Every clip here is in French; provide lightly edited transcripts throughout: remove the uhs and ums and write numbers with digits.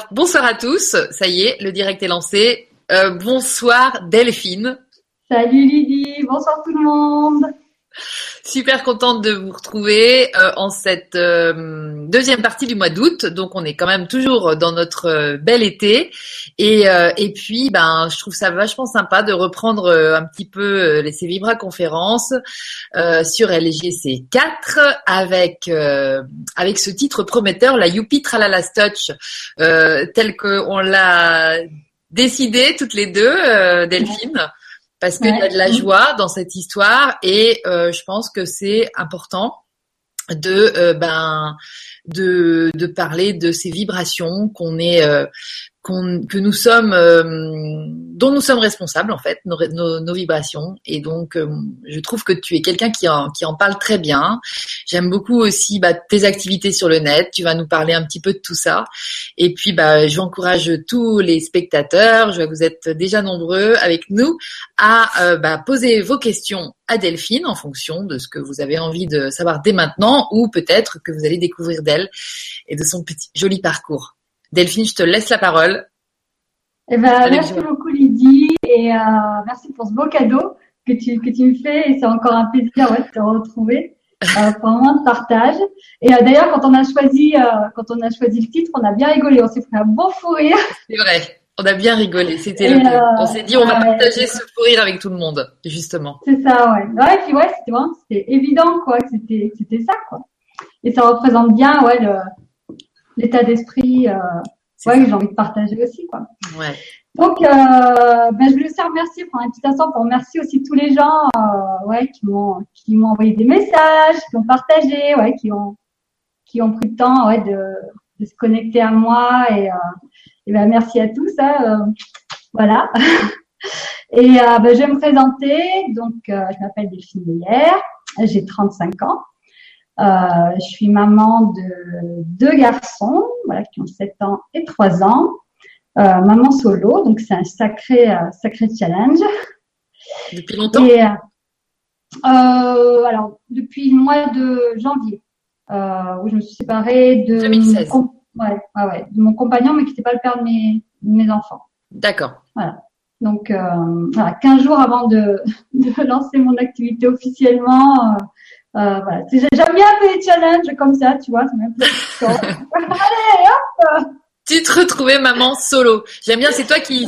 bonsoir à tous. Ça y est, le direct est lancé. Bonsoir Delphine. Salut Lydie, bonsoir tout le monde. Super contente de vous retrouver en cette deuxième partie du mois d'août. Donc on est quand même toujours dans notre bel été et puis je trouve ça vachement sympa de reprendre un petit peu ces Vibra conférences sur LGC4 avec ce titre prometteur, la Youpi Tralala Touch, tel que on l'a décidé toutes les deux, Delphine. Parce qu'il y a de la joie dans cette histoire et je pense que c'est important de parler de ces vibrations que nous sommes dont nous sommes responsables en fait, nos vibrations. Et donc je trouve que tu es quelqu'un qui en parle très bien. J'aime beaucoup aussi tes activités sur le net. Tu vas nous parler un petit peu de tout ça. Et puis j'encourage tous les spectateurs, je vois que vous êtes déjà nombreux avec nous, à poser vos questions à Delphine en fonction de ce que vous avez envie de savoir dès maintenant ou peut-être que vous allez découvrir d'elle et de son petit joli parcours. Delphine, je te laisse la parole. Merci beaucoup Lydie et merci pour ce beau cadeau que tu me fais et c'est encore un plaisir de te retrouver. Vraiment de partage. Et d'ailleurs quand on a choisi le titre, on a bien rigolé, on s'est fait un bon fou rire. C'est vrai, on a bien rigolé. On s'est dit on va partager ce fou rire avec tout le monde, justement. C'est ça, ouais. Ouais, et puis c'était évident quoi que c'était ça quoi. Et ça représente bien l'état d'esprit que j'ai envie de partager aussi quoi. Ouais. Donc je voulais aussi remercier, prendre un petit instant pour remercier aussi tous les gens qui m'ont envoyé des messages, qui ont partagé, qui ont pris le temps de se connecter à moi et merci à tous voilà. Et je vais me présenter. Donc je m'appelle Delphine Meyer, j'ai 35 ans. Je suis maman de 2 garçons, qui ont 7 ans et 3 ans. Maman solo, donc c'est un sacré challenge. Depuis longtemps? Et alors depuis le mois de janvier, où je me suis séparée de 2016. de mon compagnon, mais qui n'était pas le père de mes enfants. D'accord. Voilà. Donc 15 jours avant de lancer mon activité officiellement. J'aime bien un peu les challenges comme ça, tu vois, c'est même plus allez, hop! Tu te retrouvais maman solo. J'aime bien, c'est toi qui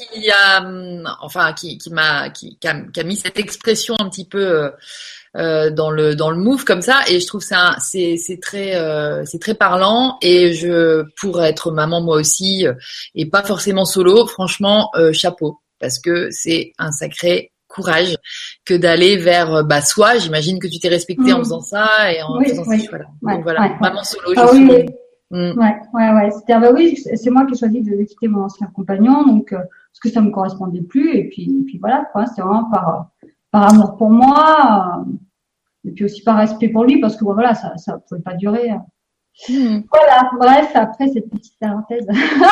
a mis cette expression un petit peu dans le move comme ça, et je trouve ça c'est très parlant. Et pour être maman moi aussi et pas forcément solo, franchement chapeau, parce que c'est un sacré courage que d'aller vers soi. J'imagine que tu t'es respectée en faisant ça et en faisant ces choix-là. Donc voilà, maman solo. C'est moi qui ai choisi de quitter mon ancien compagnon, donc parce que ça me correspondait plus, et puis voilà quoi, c'est vraiment par amour pour moi, et puis aussi par respect pour lui, parce que ça pouvait pas durer. Voilà, bref, après cette petite parenthèse.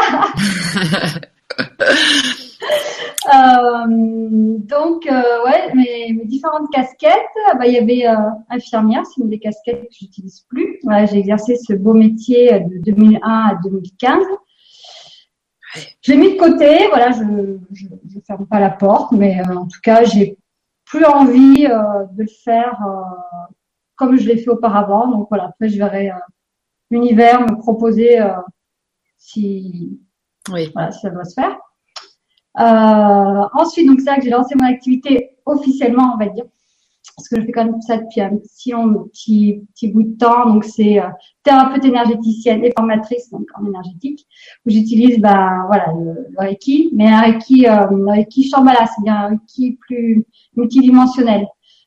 Mes différentes casquettes, il y avait infirmière, c'est une des casquettes que j'utilise plus. J'ai exercé ce beau métier de 2001 à 2015. Je l'ai mis de côté, je ferme pas la porte, mais en tout cas, j'ai plus envie de le faire comme je l'ai fait auparavant. Donc voilà, après je verrai l'univers me proposer si ça doit se faire. Ensuite, donc c'est là que j'ai lancé mon activité officiellement, on va dire, parce que je fais quand même ça depuis un petit bout de temps. Donc c'est thérapeute énergéticienne et formatrice donc en énergétique, où j'utilise le Reiki, mais un Reiki Shambhala, c'est bien un Reiki plus multidimensionnel.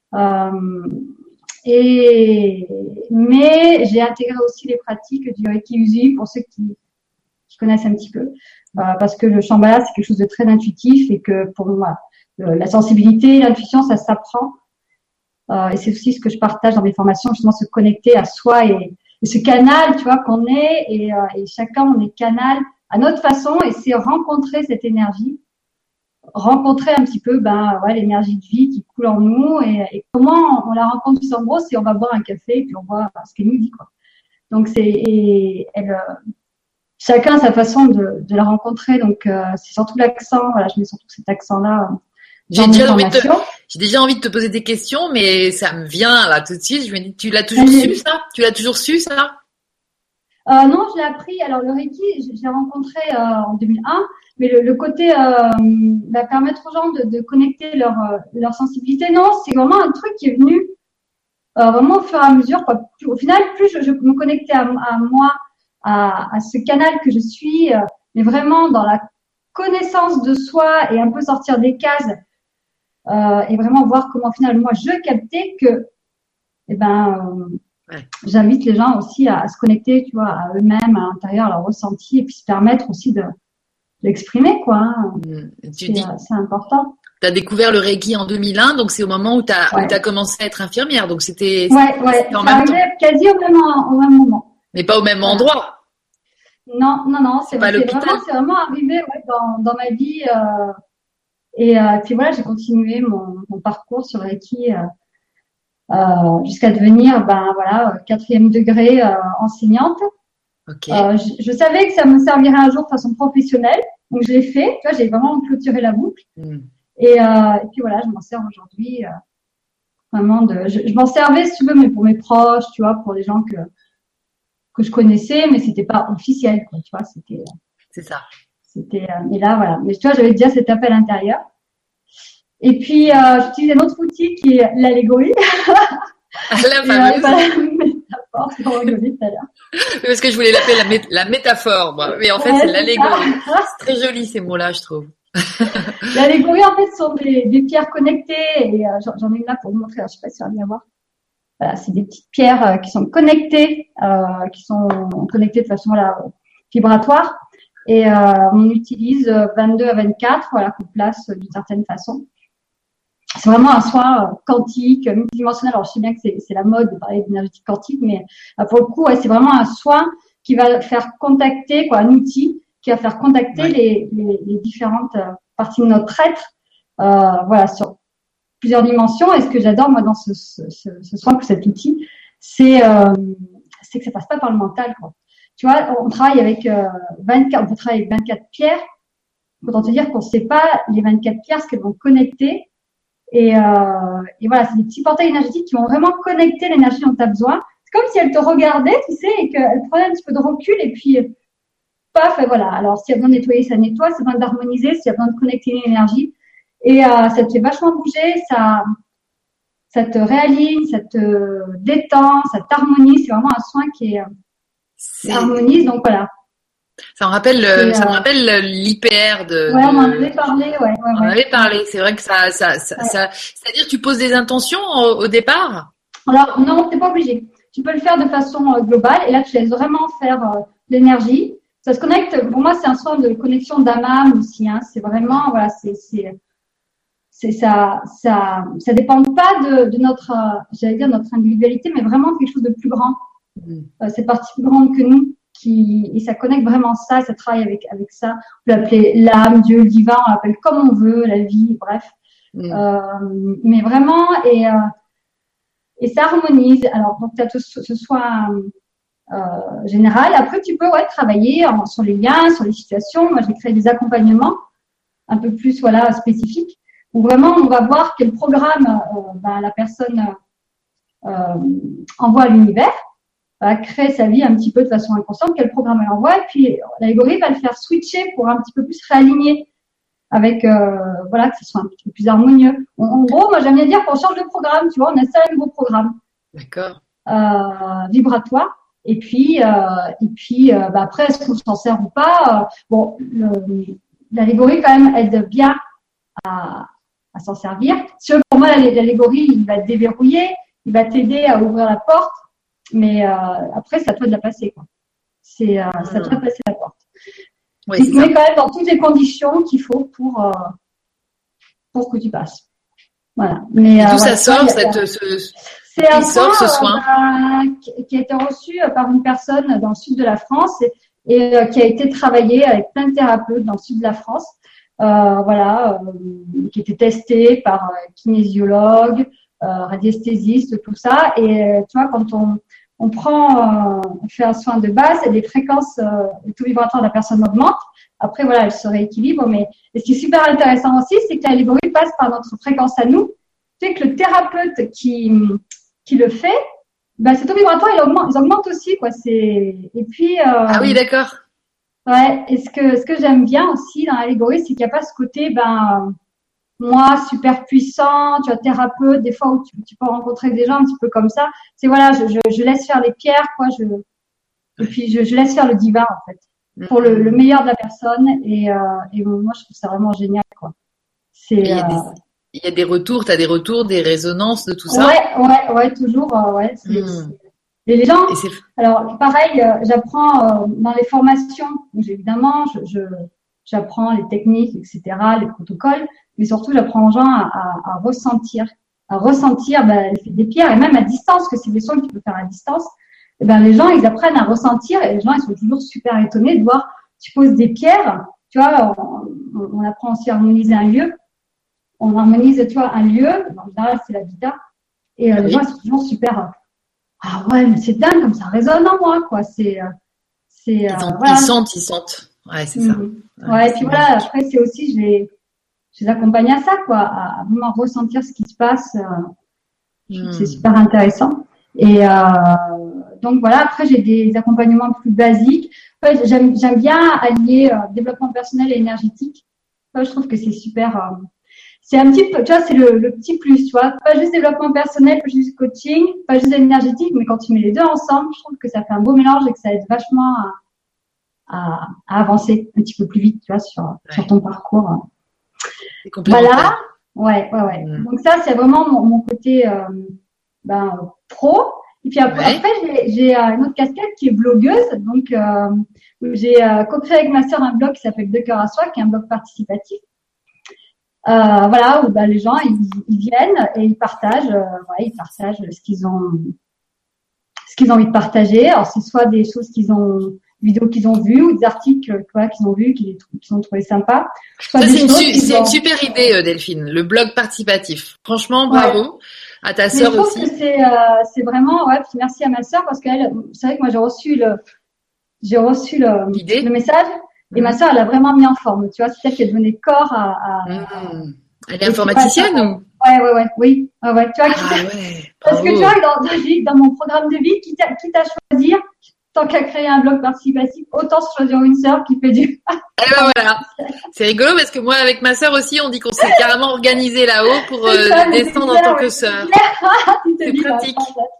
Mais j'ai intégré aussi les pratiques du Reiki Usui pour ceux qui connaissent un petit peu. Parce que le Shambhala, c'est quelque chose de très intuitif et que pour moi, la sensibilité, l'intuition, ça s'apprend. Et c'est aussi ce que je partage dans mes formations, justement se connecter à soi et ce canal, tu vois, qu'on est et chacun, on est canal à notre façon, et c'est rencontrer cette énergie, rencontrer un petit peu l'énergie de vie qui coule en nous et comment on la rencontre. En gros, c'est on va boire un café et puis on voit ce qu'elle nous dit quoi. Donc chacun a sa façon de la rencontrer. Donc, c'est surtout l'accent. Voilà, je mets surtout cet accent-là J'ai dans mes déjà formations. j'ai déjà envie de te poser des questions, mais ça me vient là tout de suite. Je me dis, tu l'as toujours su ça? Tu l'as toujours su ça? Non, je l'ai appris. Alors, le Reiki, je l'ai rencontré en 2001, mais le côté permettre aux gens de connecter leur sensibilité, non, c'est vraiment un truc qui est venu vraiment au fur et à mesure, quoi. Au final, plus je me connectais à moi, à ce canal que je suis, mais vraiment dans la connaissance de soi et un peu sortir des cases et vraiment voir comment finalement moi je captais que, j'invite les gens aussi à se connecter, tu vois, à eux-mêmes, à l'intérieur, à leur ressenti, et puis se permettre aussi de l'exprimer, quoi. Hein. C'est important. Tu as découvert le Reiki en 2001, donc c'est au moment où tu as, Ouais. commencé à être infirmière. Donc c'était Ouais, en ça même temps. arrivait quasi au même moment. Mais pas au même Voilà. endroit. Non, c'est pas à l'hôpital. vraiment arrivé dans ma vie. Et puis voilà, j'ai continué mon parcours sur Reiki jusqu'à devenir, quatrième degré enseignante. Okay. Je savais que ça me servirait un jour de façon professionnelle, donc je l'ai fait. Tu vois, j'ai vraiment clôturé la boucle. Et puis voilà, je m'en sers aujourd'hui. Vraiment je m'en servais, si tu veux, mais pour mes proches, tu vois, pour les gens que je connaissais, mais c'était pas officiel, quoi. Tu vois, c'est ça. Mais là, voilà. Mais tu vois, j'avais déjà cet appel intérieur. Et puis, j'utilise un autre outil qui est l'allégorie. La fameuse. Métaphore, c'est pour rigoler tout à l'heure. Parce que je voulais l'appeler la métaphore, moi. Mais en fait, c'est l'allégorie. C'est très joli, ces mots-là, je trouve. L'allégorie, en fait, sont des pierres connectées. Et j'en ai une là pour vous montrer. Alors, je sais pas si on va bien voir. Voilà, c'est des petites pierres qui sont connectées de façon vibratoire. Et on utilise 22 à 24, voilà, qu'on place d'une certaine façon. C'est vraiment un soin quantique, multidimensionnel. Alors, je sais bien que c'est la mode de parler d'énergétique quantique, mais pour le coup, c'est vraiment un soin qui va faire contacter, quoi, un outil qui va faire contacter les différentes parties de notre être, voilà, sur plusieurs dimensions. Et ce que j'adore, moi, dans ce soin, que cet outil, c'est que ça passe pas par le mental, quoi. Tu vois, on travaille avec 24, on peut travailler avec 24 pierres. Autant te dire qu'on ne sait pas les 24 pierres, ce qu'elles vont connecter. Et voilà, c'est des petits portails énergétiques qui vont vraiment connecter l'énergie dont tu as besoin. C'est comme si elles te regardaient, tu sais, et qu'elles prenaient un petit peu de recul et puis, paf, et voilà. Alors, s'il y a besoin de nettoyer, ça nettoie. S'il y a besoin d'harmoniser, s'il y a besoin de connecter l'énergie. Et ça te fait vachement bouger, ça te réaligne, ça te détend, ça t'harmonise. C'est vraiment un soin qui harmonise. Donc voilà. Ça me rappelle l'IPR Ouais, on en avait parlé, ouais. On en avait parlé. C'est vrai que ça, c'est-à-dire, tu poses des intentions au départ? Alors, non, t'es pas obligé. Tu peux le faire de façon globale. Et là, tu laisses vraiment faire l'énergie. Ça se connecte. Pour moi, c'est un soin de connexion d'âme aussi, hein. C'est vraiment, voilà, ça dépend pas de notre, j'allais dire notre individualité, mais vraiment quelque chose de plus grand. C'est partie plus grande que nous. Et ça connecte vraiment ça, ça travaille avec ça. On peut l'appeler l'âme, Dieu, le divin, on l'appelle comme on veut, la vie, bref. Mais vraiment, et ça harmonise. Alors, donc, tu as ce soin général. Après, tu peux travailler sur les liens, sur les situations. Moi, j'ai créé des accompagnements un peu plus spécifiques, où vraiment, on va voir quel programme la personne envoie à l'univers. Va créer sa vie un petit peu de façon inconsciente, quel programme elle envoie, et puis l'allégorie va le faire switcher pour un petit peu plus réaligner avec, que ce soit un petit peu plus harmonieux. En gros, moi j'aime bien dire qu'on change de programme, tu vois, on installe un nouveau programme. D'accord. Vibratoire. Et puis après, est-ce qu'on s'en sert ou pas l'allégorie quand même aide bien à s'en servir. Pour moi, l'allégorie, il va te déverrouiller, il va t'aider à ouvrir la porte. Mais après, c'est à toi de la passer, quoi. C'est à toi de passer la porte. Oui, tu te mets quand même dans toutes les conditions qu'il faut pour que tu passes. Voilà. Mais d'où ça sort c'est un soin qui a été reçu par une personne dans le sud de la France et qui a été travaillé avec plein de thérapeutes dans le sud de la France. Qui était testé par kinésiologue, radiesthésiste, tout ça. Et tu vois, quand on fait un soin de base et les fréquences, le taux vibratoire de la personne augmente. Après, voilà, elle se rééquilibre. Mais et ce qui est super intéressant aussi, c'est que l'allégorie passe par notre fréquence à nous. C'est que le thérapeute qui le fait, ben, ses taux vibratoires, ils augmentent aussi, quoi. Et puis, Ah oui, d'accord. ouais. Et ce que j'aime bien aussi dans l'allégorie, c'est qu'il n'y a pas ce côté, moi, super puissant, tu vois, thérapeute, des fois où tu peux rencontrer des gens un petit peu comme ça. C'est voilà, je laisse faire les pierres, quoi, et puis je laisse faire le divin, en fait, pour le meilleur de la personne. Et moi, je trouve ça vraiment génial, quoi. Il y a des retours, t'as des retours, des résonances de tout ça? Ouais, toujours, ouais. Et les gens, alors, pareil, j'apprends, dans les formations, donc, évidemment, j'apprends les techniques, etc., les protocoles, mais surtout, j'apprends aux gens à ressentir l'effet des pierres, et même à distance, que c'est des soins que tu peux faire à distance. Et les gens, ils apprennent à ressentir, et les gens, ils sont toujours super étonnés de voir, tu poses des pierres, tu vois, on apprend aussi à harmoniser un lieu. On harmonise, tu vois, un lieu, en général, c'est l'habitat, et les gens, ils sont toujours super, ah ouais, mais c'est dingue, comme ça résonne en moi, quoi, voilà. Ils sentent. Ouais, c'est ça. Ouais, et puis voilà, après, c'est aussi, je les accompagne à ça, quoi, à vraiment ressentir ce qui se passe. Je trouve que c'est super intéressant. Et donc voilà, après, j'ai des accompagnements plus basiques. Ouais, j'aime bien allier développement personnel et énergétique. Ouais, je trouve que c'est super. C'est un petit peu, tu vois, c'est le petit plus, tu vois. Pas juste développement personnel, pas juste coaching, pas juste énergétique, mais quand tu mets les deux ensemble, je trouve que ça fait un beau mélange et que ça aide vachement à avancer un petit peu plus vite, tu vois, sur ton parcours. Voilà. Ouais. Donc ça, c'est vraiment mon côté pro. Et puis après j'ai une autre casquette qui est blogueuse. Donc j'ai co-créé avec ma sœur un blog qui s'appelle De Cœur à Soi, qui est un blog participatif. Voilà, où les gens ils viennent et ils partagent ce qu'ils ont envie de partager. Alors c'est soit des choses vidéos qu'ils ont vues ou des articles qu'ils ont vus qu'ils ont trouvé sympas. Ça, c'est une super idée, Delphine, le blog participatif. Franchement, bravo à ta sœur aussi. Je trouve que c'est vraiment puis merci à ma sœur parce qu'elle, c'est vrai que moi j'ai reçu le message et ma sœur elle a vraiment mis en forme. Tu vois, c'est elle qui a donné corps à Elle est informaticienne ou? Oui. Tu vois, parce que tu vois, dans mon programme de vie, quitte à choisir, tant qu'à créer un blog participatif, autant se choisir une sœur qui fait du. Et voilà. C'est rigolo parce que moi, avec ma sœur aussi, on dit qu'on s'est carrément organisé là-haut pour descendre en tant que sœur. C'est pratique.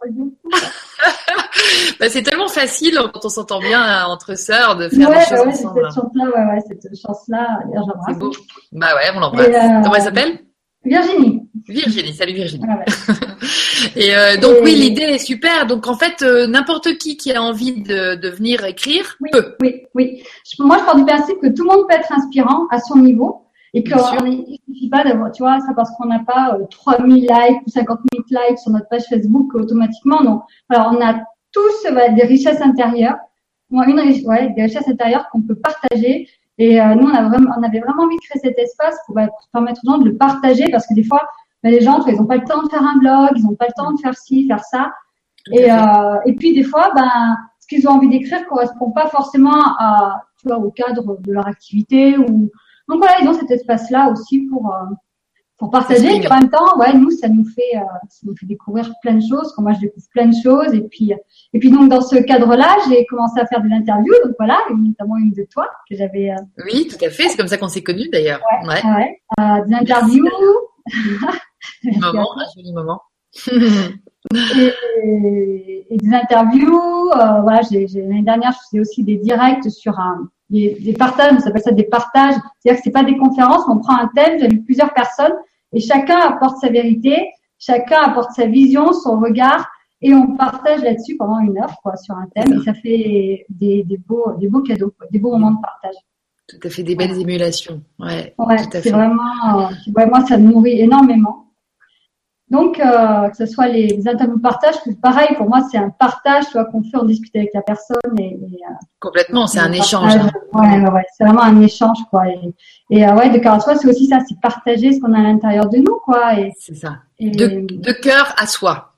C'est tellement facile quand on s'entend bien entre sœurs de faire des choses ensemble. Cette chance-là, j'embrasse. C'est beau. On l'embrasse. Comment elle s'appelle? Virginie, salut Virginie. Et donc oui, l'idée est super. Donc en fait, n'importe qui a envie de venir écrire peut. Oui. Moi, je pars du principe que tout le monde peut être inspirant à son niveau et qu'il ne suffit pas d'avoir, tu vois, ça parce qu'on n'a pas 3000 likes ou 50 000 likes sur notre page Facebook automatiquement. Non. Alors on a tous des richesses intérieures, des richesses intérieures qu'on peut partager. Et nous, on avait vraiment envie de créer cet espace pour permettre aux gens de le partager parce que des fois, les gens, ils n'ont pas le temps de faire un blog, ils n'ont pas le temps de faire ci, faire ça. Et puis des fois, ce qu'ils ont envie d'écrire correspond pas forcément au cadre de leur activité ou. Donc voilà, ils ont cet espace-là aussi pour partager. Et en même temps, nous, ça nous fait découvrir plein de choses. Quand moi, je découvre plein de choses. Et puis donc dans ce cadre-là, j'ai commencé à faire des interviews. Donc voilà, notamment une de toi que j'avais. Oui, tout à fait. C'est comme ça qu'on s'est connus d'ailleurs. Des interviews. Un joli moment. et des interviews. L'année dernière, je faisais aussi des directs sur des partages. On s'appelle ça des partages. C'est-à-dire que c'est pas des conférences. On prend un thème, j'invite plusieurs personnes et chacun apporte sa vérité, chacun apporte sa vision, son regard et on partage là-dessus pendant 1 heure sur un thème. Et ça fait des beaux cadeaux, des beaux moments de partage. Tout à fait, des belles émulations. Ouais, c'est vraiment. Moi, ça me nourrit énormément. Donc, que ce soit les interviews de partage, pareil, pour moi, c'est un partage, qu'on fait, on discute avec la personne complètement, c'est un échange. C'est vraiment un échange, Et de cœur à soi, c'est aussi ça, c'est partager ce qu'on a à l'intérieur de nous, C'est ça. De cœur à soi.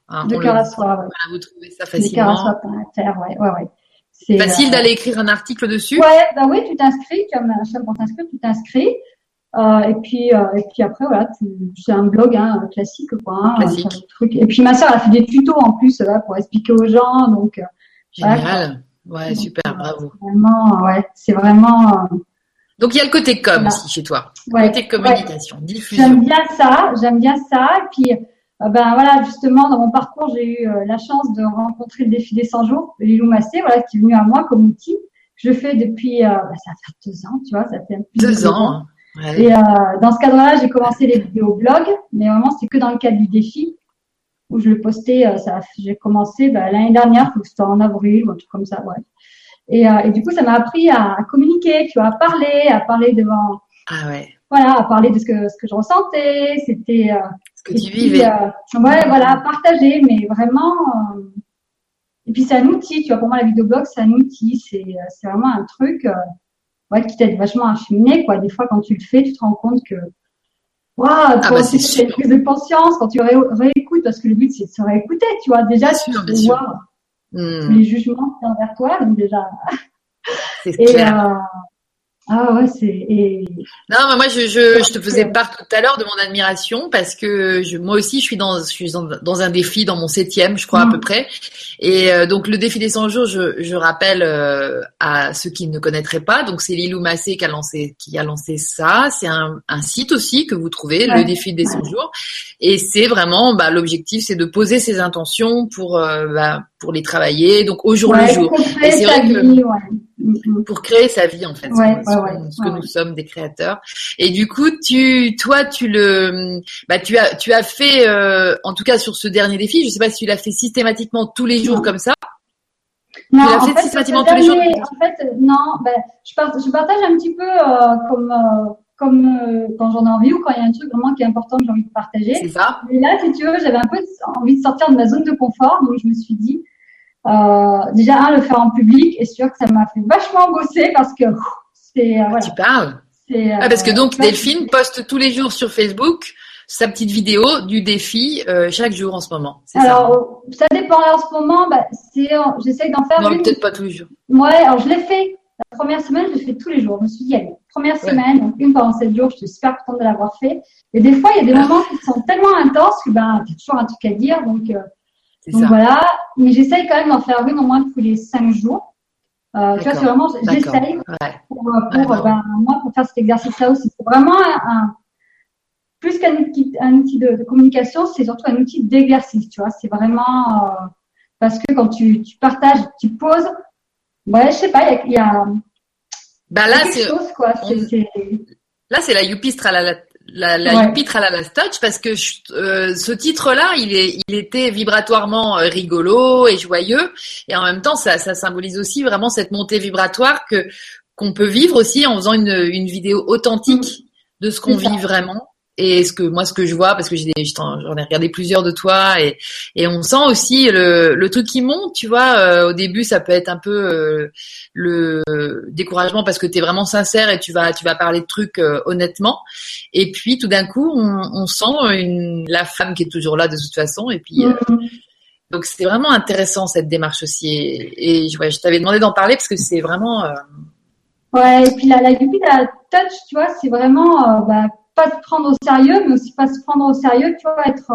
Hein, De Karaswa, ouais. Vous trouvez ça facilement. Karaswa.fr, ouais. C'est facile d'aller écrire un article dessus. Ouais, bah oui, tu t'inscris, comme un chef pour t'inscrire, tu t'inscris. Et puis après, voilà, c'est un blog, hein, classique, quoi. Hein, classique. Et puis ma sœur a fait des tutos en plus, là, pour expliquer aux gens, donc. Génial. Ouais, donc, super, bravo. C'est vraiment. Donc il y a le côté com aussi chez toi. Ouais, côté communication, diffusion. J'aime bien ça. Et puis, voilà, justement, dans mon parcours, j'ai eu la chance de rencontrer le défi des 100 jours, Lilou Massé, voilà, qui est venu à moi comme outil. Je le fais depuis, ça va faire 2 ans, tu vois, ça fait plus de 2 ans. Ouais. Et dans ce cadre-là, j'ai commencé les vidéos blog, mais vraiment, c'est que dans le cadre du défi où je le postais. J'ai commencé l'année dernière, faut que c'était en avril ou un truc comme ça, ouais. Et du coup, ça m'a appris à communiquer, tu vois, à parler devant. Ah ouais. Voilà, à parler de ce que je ressentais. C'était. Ce que tu vivais. Voilà, partager, mais vraiment. Et puis c'est un outil, tu vois. Pour moi, la vidéoblog, c'est un outil. C'est vraiment un truc, qui t'aide vachement à cheminer, quoi. Des fois, quand tu le fais, tu te rends compte que. Waouh, c'est sûr. Une prise de conscience quand tu réécoutes, parce que le but c'est de se réécouter, tu vois. Déjà, tu peux voir les jugements envers toi, donc déjà. C'est clair. Non, mais moi je te faisais part tout à l'heure de mon admiration parce que moi aussi je suis dans un défi dans mon 7e, je crois à peu près. Et donc le défi des 100 jours, je rappelle à ceux qui ne connaîtraient pas, donc c'est Lilou Massé qui a lancé ça. C'est un site aussi que vous trouvez, le défi des 100 jours. Et c'est vraiment l'objectif, c'est de poser ses intentions pour les travailler, donc au jour le jour. Et c'est vrai que pour créer sa vie en fait, ce que nous sommes des créateurs. Et du coup, tu as fait en tout cas sur ce dernier défi, je sais pas si tu l'as fait systématiquement tous les jours comme ça. Non, tu l'as fait systématiquement tous les jours. En fait, non, je partage un petit peu comme quand j'en ai envie ou quand il y a un truc vraiment qui est important que j'ai envie de partager. C'est ça. Et là, si tu veux, j'avais un peu envie de sortir de ma zone de confort, donc je me suis dit déjà le faire en public, et c'est sûr que ça m'a fait vachement bosser parce que c'est voilà. Tu parles. Parce que donc Delphine poste tous les jours sur Facebook sa petite vidéo du défi chaque jour en ce moment. C'est alors ça dépend. En ce moment, j'essaye d'en faire une. Peut-être pas tous les jours. Ouais, alors je l'ai fait. La première semaine, je l'ai fait tous les jours. Je me suis dit, allez, première semaine, donc une pendant 7 jours, je suis super contente de l'avoir fait. Et des fois, il y a des moments qui sont tellement intenses que t'as toujours un truc à dire, donc voilà. Mais j'essaye quand même d'en faire une au moins tous les 5 jours. Tu vois, c'est vraiment, j'essaye pour faire cet exercice-là aussi. C'est vraiment plus qu'un outil de communication, c'est surtout un outil d'exercice, tu vois. C'est vraiment, parce que quand tu partages, tu poses, je sais pas, il y a là, quelque chose, quoi. Là, c'est la Youpi Tralala Touch parce que ce titre-là, il était vibratoirement rigolo et joyeux, et en même temps, ça symbolise aussi vraiment cette montée vibratoire qu'on peut vivre aussi en faisant une vidéo authentique de ce qu'on vit vraiment. Et ce que je vois, parce que j'en ai regardé plusieurs de toi, et on sent aussi le truc qui monte, tu vois. Au début, ça peut être un peu le découragement parce que t'es vraiment sincère et tu vas parler de trucs honnêtement. Et puis tout d'un coup, on sent la femme qui est toujours là de toute façon. Et puis donc c'est vraiment intéressant cette démarche aussi. Et je t'avais demandé d'en parler parce que c'est vraiment. Ouais, et puis la Youpi Touch, tu vois, c'est vraiment pas se prendre au sérieux, mais aussi pas se prendre au sérieux, tu vois, être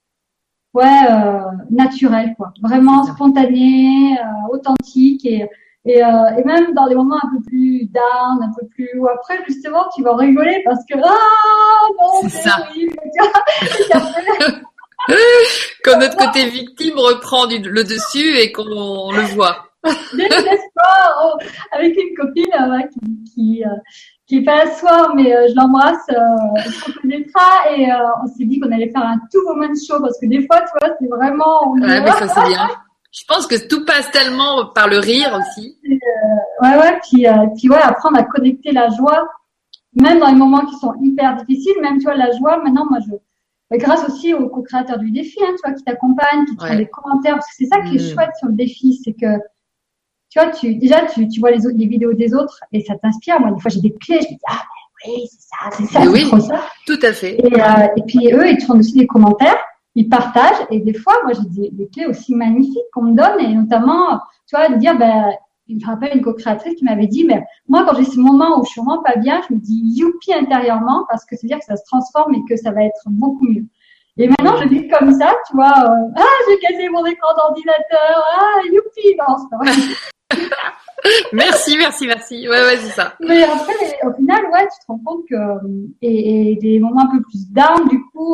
naturel, quoi. Vraiment spontané, authentique, et même dans les moments un peu plus down, un peu plus, où après justement tu vas rigoler parce que non, c'est ça. Horrible, tu vois. Quand notre côté victime reprend le dessus et qu'on le voit. Désespoir, avec une copine qui est pas là ce soir, mais je l'embrasse, on connaîtra, et on s'est dit qu'on allait faire un two woman show parce que des fois, tu vois, c'est vraiment. Ouais, mais ça c'est bien. Je pense que tout passe tellement par le rire aussi. Puis apprendre à connecter la joie, même dans les moments qui sont hyper difficiles, même tu vois la joie. Maintenant, moi grâce aussi aux co-créateurs du défi, hein, tu vois, qui t'accompagnent, qui te font des commentaires, parce que c'est ça qui est chouette sur le défi, c'est que tu vois, tu vois les vidéos des autres et ça t'inspire. Moi, des fois, j'ai des clés, je me dis, oui, c'est ça, c'est trop ça. Tout à fait. Et puis, eux, ils te font aussi des commentaires. ils partagent. Et des fois, moi, j'ai des clés aussi magnifiques qu'on me donne, et notamment, tu vois, de dire, je me rappelle une co-créatrice qui m'avait dit, mais moi, quand j'ai ce moment où je suis vraiment pas bien, je me dis youpi intérieurement, parce que c'est-à-dire que ça se transforme et que ça va être beaucoup mieux. Et maintenant, je dis comme ça, tu vois, j'ai cassé mon écran d'ordinateur, youpi, non, c'est pas vrai. Merci. Ouais, c'est ça. Mais après, au final, ouais, tu te rends compte que, et des moments un peu plus down, du coup,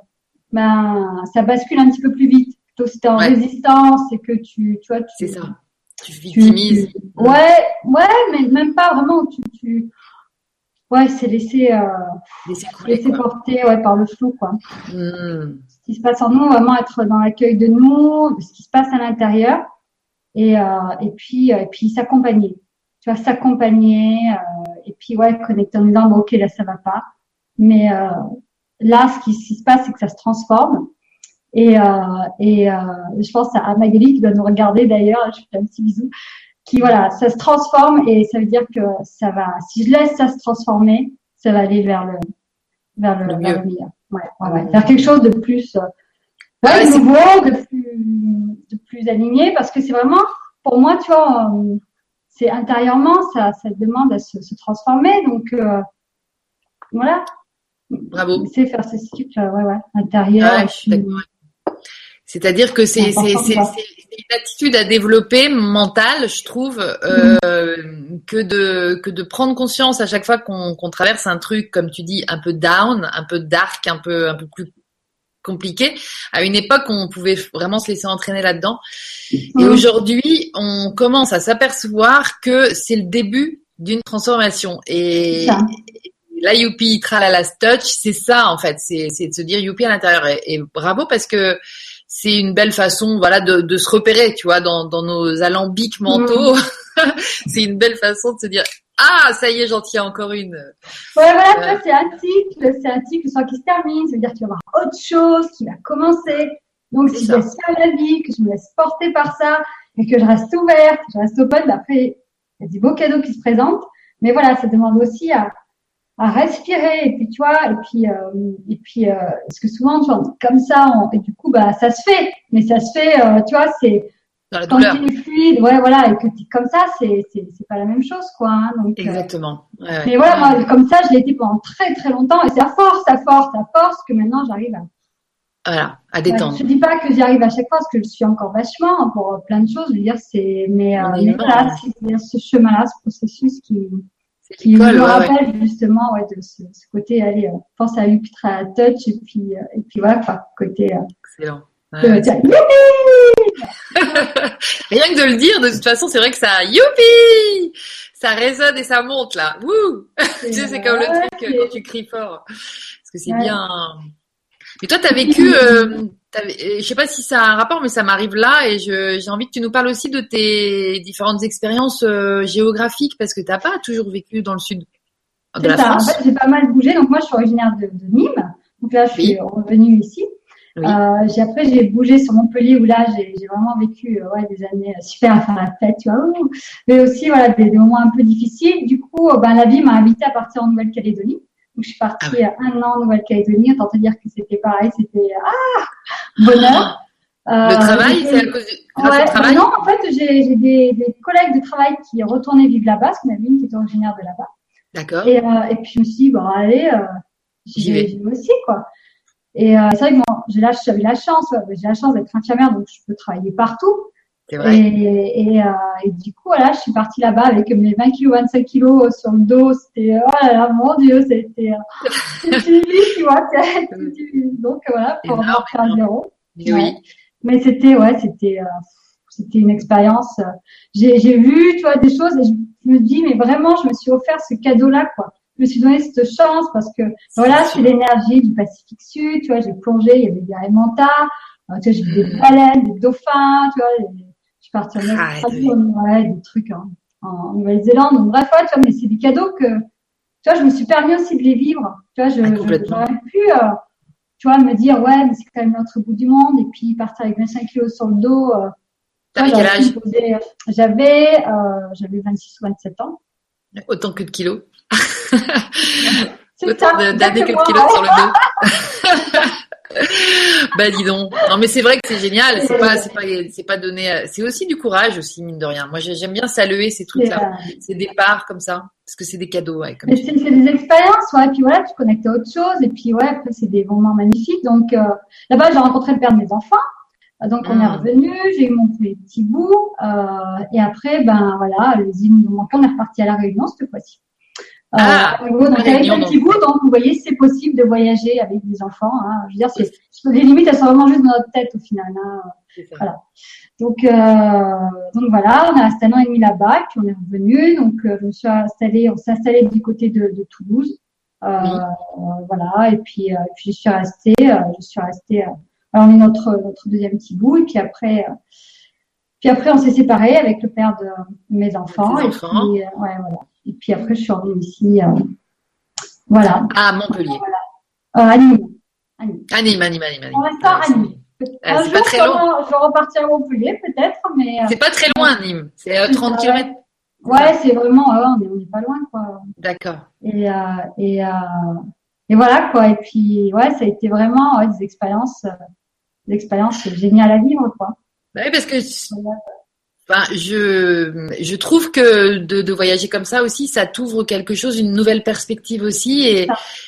ça bascule un petit peu plus vite. Plutôt si t'es en résistance et que tu vois, c'est ça. Tu victimises. Ouais, mais même pas vraiment. Ouais, c'est laisser porter, ouais, par le flou, quoi. Ce qui se passe en nous, vraiment être dans l'accueil de nous, de ce qui se passe à l'intérieur, et puis s'accompagner. Tu vois, s'accompagner, et puis ouais, connecter en disant, bon, ok, là, ça va pas. Mais, là, ce qui se passe, c'est que ça se transforme. Et je pense à Magali qui doit nous regarder d'ailleurs, je fais un petit bisou, qui voilà, ça se transforme, et ça veut dire que ça va, si je laisse ça se transformer, ça va aller vers le meilleur. Ouais. Vers quelque chose de plus, de nouveau, de plus aligné, parce que c'est vraiment, pour moi, tu vois, c'est intérieurement, ça demande à se transformer, donc, voilà. Bravo. C'est faire ce cycle, intérieur. Ouais, je suis d'accord. C'est-à-dire que c'est une attitude à développer mentale, je trouve, que de prendre conscience à chaque fois qu'on traverse un truc, comme tu dis, un peu down, un peu dark, un peu plus compliqué. À une époque, on pouvait vraiment se laisser entraîner là-dedans. Et aujourd'hui, on commence à s'apercevoir que c'est le début d'une transformation. Et la youpi, tralala, touch, c'est ça en fait, c'est de se dire youpi à l'intérieur, et bravo, parce que c'est une belle façon, voilà, de se repérer, tu vois, dans nos alambics mentaux. C'est une belle façon de se dire, ça y est, j'en tiens encore une. Ouais, voilà, c'est un cycle soit qui se termine, ça veut dire qu'il va y avoir autre chose qui va commencer. Donc, si je laisse faire la vie, que je me laisse porter par ça, et que je reste ouverte, que je reste open, après, il y a des beaux cadeaux qui se présentent. Mais voilà, ça demande aussi à respirer, et puis tu vois, et puis parce que souvent, tu vois, comme ça, et du coup, ça se fait, mais ça se fait, tu vois, c'est quand tu es fluide, ouais, voilà, et que tu comme ça, c'est pas la même chose, quoi. Hein, donc, exactement. Ouais. Mais voilà, moi, comme ça, je l'ai été pendant très très longtemps, et c'est à force que maintenant j'arrive à détendre. Je dis pas que j'y arrive à chaque fois, parce que je suis encore vachement pour plein de choses. Je veux dire, mais voilà, c'est ce chemin-là, ce processus qui me rappelle justement, de ce côté, allez, pense à Ultra Touch, et puis voilà, quoi, côté. Excellent. Rien que de le dire, de toute façon, c'est vrai que ça, youpi, ça résonne et ça monte là. Wouh. Tu sais, c'est comme le truc quand tu cries fort, parce que c'est bien. Mais toi, t'as vécu, je sais pas si ça a un rapport, mais ça m'arrive là, et j'ai envie que tu nous parles aussi de tes différentes expériences géographiques, parce que t'as pas toujours vécu dans le sud de la France. En fait, j'ai pas mal bougé. Donc moi, je suis originaire de Nîmes. Donc là, je suis revenue ici. Oui. Après, j'ai bougé sur Montpellier, où là, j'ai vraiment vécu des années super à faire la fête, tu vois. Mais aussi, voilà, des moments un peu difficiles. Du coup, la vie m'a invitée à partir en Nouvelle-Calédonie. Donc, je suis partie 1 an en Nouvelle-Calédonie. Autant te dire que c'était pareil, c'était bonheur. Le travail, c'est à cause du travail? Non, en fait, j'ai des collègues de travail qui retournaient vivre là-bas, parce qu'on avait une qui était originaire de là-bas. D'accord. Et puis, je me suis dit, allez, j'y vais aussi, quoi. Et c'est vrai que j'avais la chance d'être infirmière, donc je peux travailler partout. C'est vrai. Et du coup, voilà, je suis partie là-bas avec mes 20 kilos, 25 kilos sur le dos. C'était, oh là là, mon Dieu, c'était tu vois. Donc voilà, pour repartir à zéro. Oui. Mais c'était une expérience. J'ai vu, tu vois, des choses, et je me dis, mais vraiment, je me suis offert ce cadeau-là, quoi. Je me suis donné cette chance, parce que voilà, c'est l'énergie du Pacifique Sud, tu vois, j'ai plongé, il y avait des Raimanta, tu vois, j'ai vu des baleines, des dauphins, tu vois, je suis partie en Australie, des trucs en Nouvelle-Zélande, donc bref, tu vois, mais c'est des cadeaux que, tu vois, je me suis permis aussi de les vivre, tu vois, j'aurais pu, tu vois, me dire, mais c'est quand même l'autre bout du monde, et puis partir avec 25 kilos sur le dos, t'avais quel âge? J'avais 26 ou 27 ans. Autant que de kilos. Autant d'années que de kilos sur le dos. Bah dis donc. Non mais c'est vrai que c'est génial. C'est pas donné. C'est aussi du courage aussi mine de rien. Moi j'aime bien saluer ces trucs-là, ces départs comme ça, parce que c'est des cadeaux. Ouais, mais c'est des expériences, ouais. Et puis voilà, tu connectes à autre chose. Et puis ouais, après c'est des moments magnifiques. Donc là-bas j'ai rencontré le père de mes enfants. Donc on est revenu, j'ai eu mon premier petit bout. Et après ben voilà, les îles nous manquaient, on est reparti à la Réunion cette fois-ci. Donc avec un petit bout, donc vous voyez, c'est possible de voyager avec des enfants. Hein. Je veux dire, les limites, elles sont vraiment juste dans notre tête au final. Hein. Voilà. Donc voilà, on est resté 1 an et demi là-bas, puis on est revenu. Donc on s'est installé du côté de Toulouse. Voilà, et puis je suis restée. Alors on est notre deuxième petit bout, et puis après on s'est séparés avec le père de mes enfants. Et puis voilà. Et puis après, je suis revenue ici, voilà. À Montpellier. Voilà. Nîmes. Pour l'instant, à Nîmes. C'est pas très loin. Je vais repartir à Montpellier, peut-être, mais. C'est pas très loin, Nîmes. C'est 30 km. Ouais, c'est vraiment, on est pas loin, quoi. D'accord. Et voilà, quoi. Et puis, ouais, ça a été vraiment, des expériences géniales à vivre, quoi. Bah oui, parce que, enfin, je trouve que de voyager comme ça aussi, ça t'ouvre quelque chose, une nouvelle perspective aussi,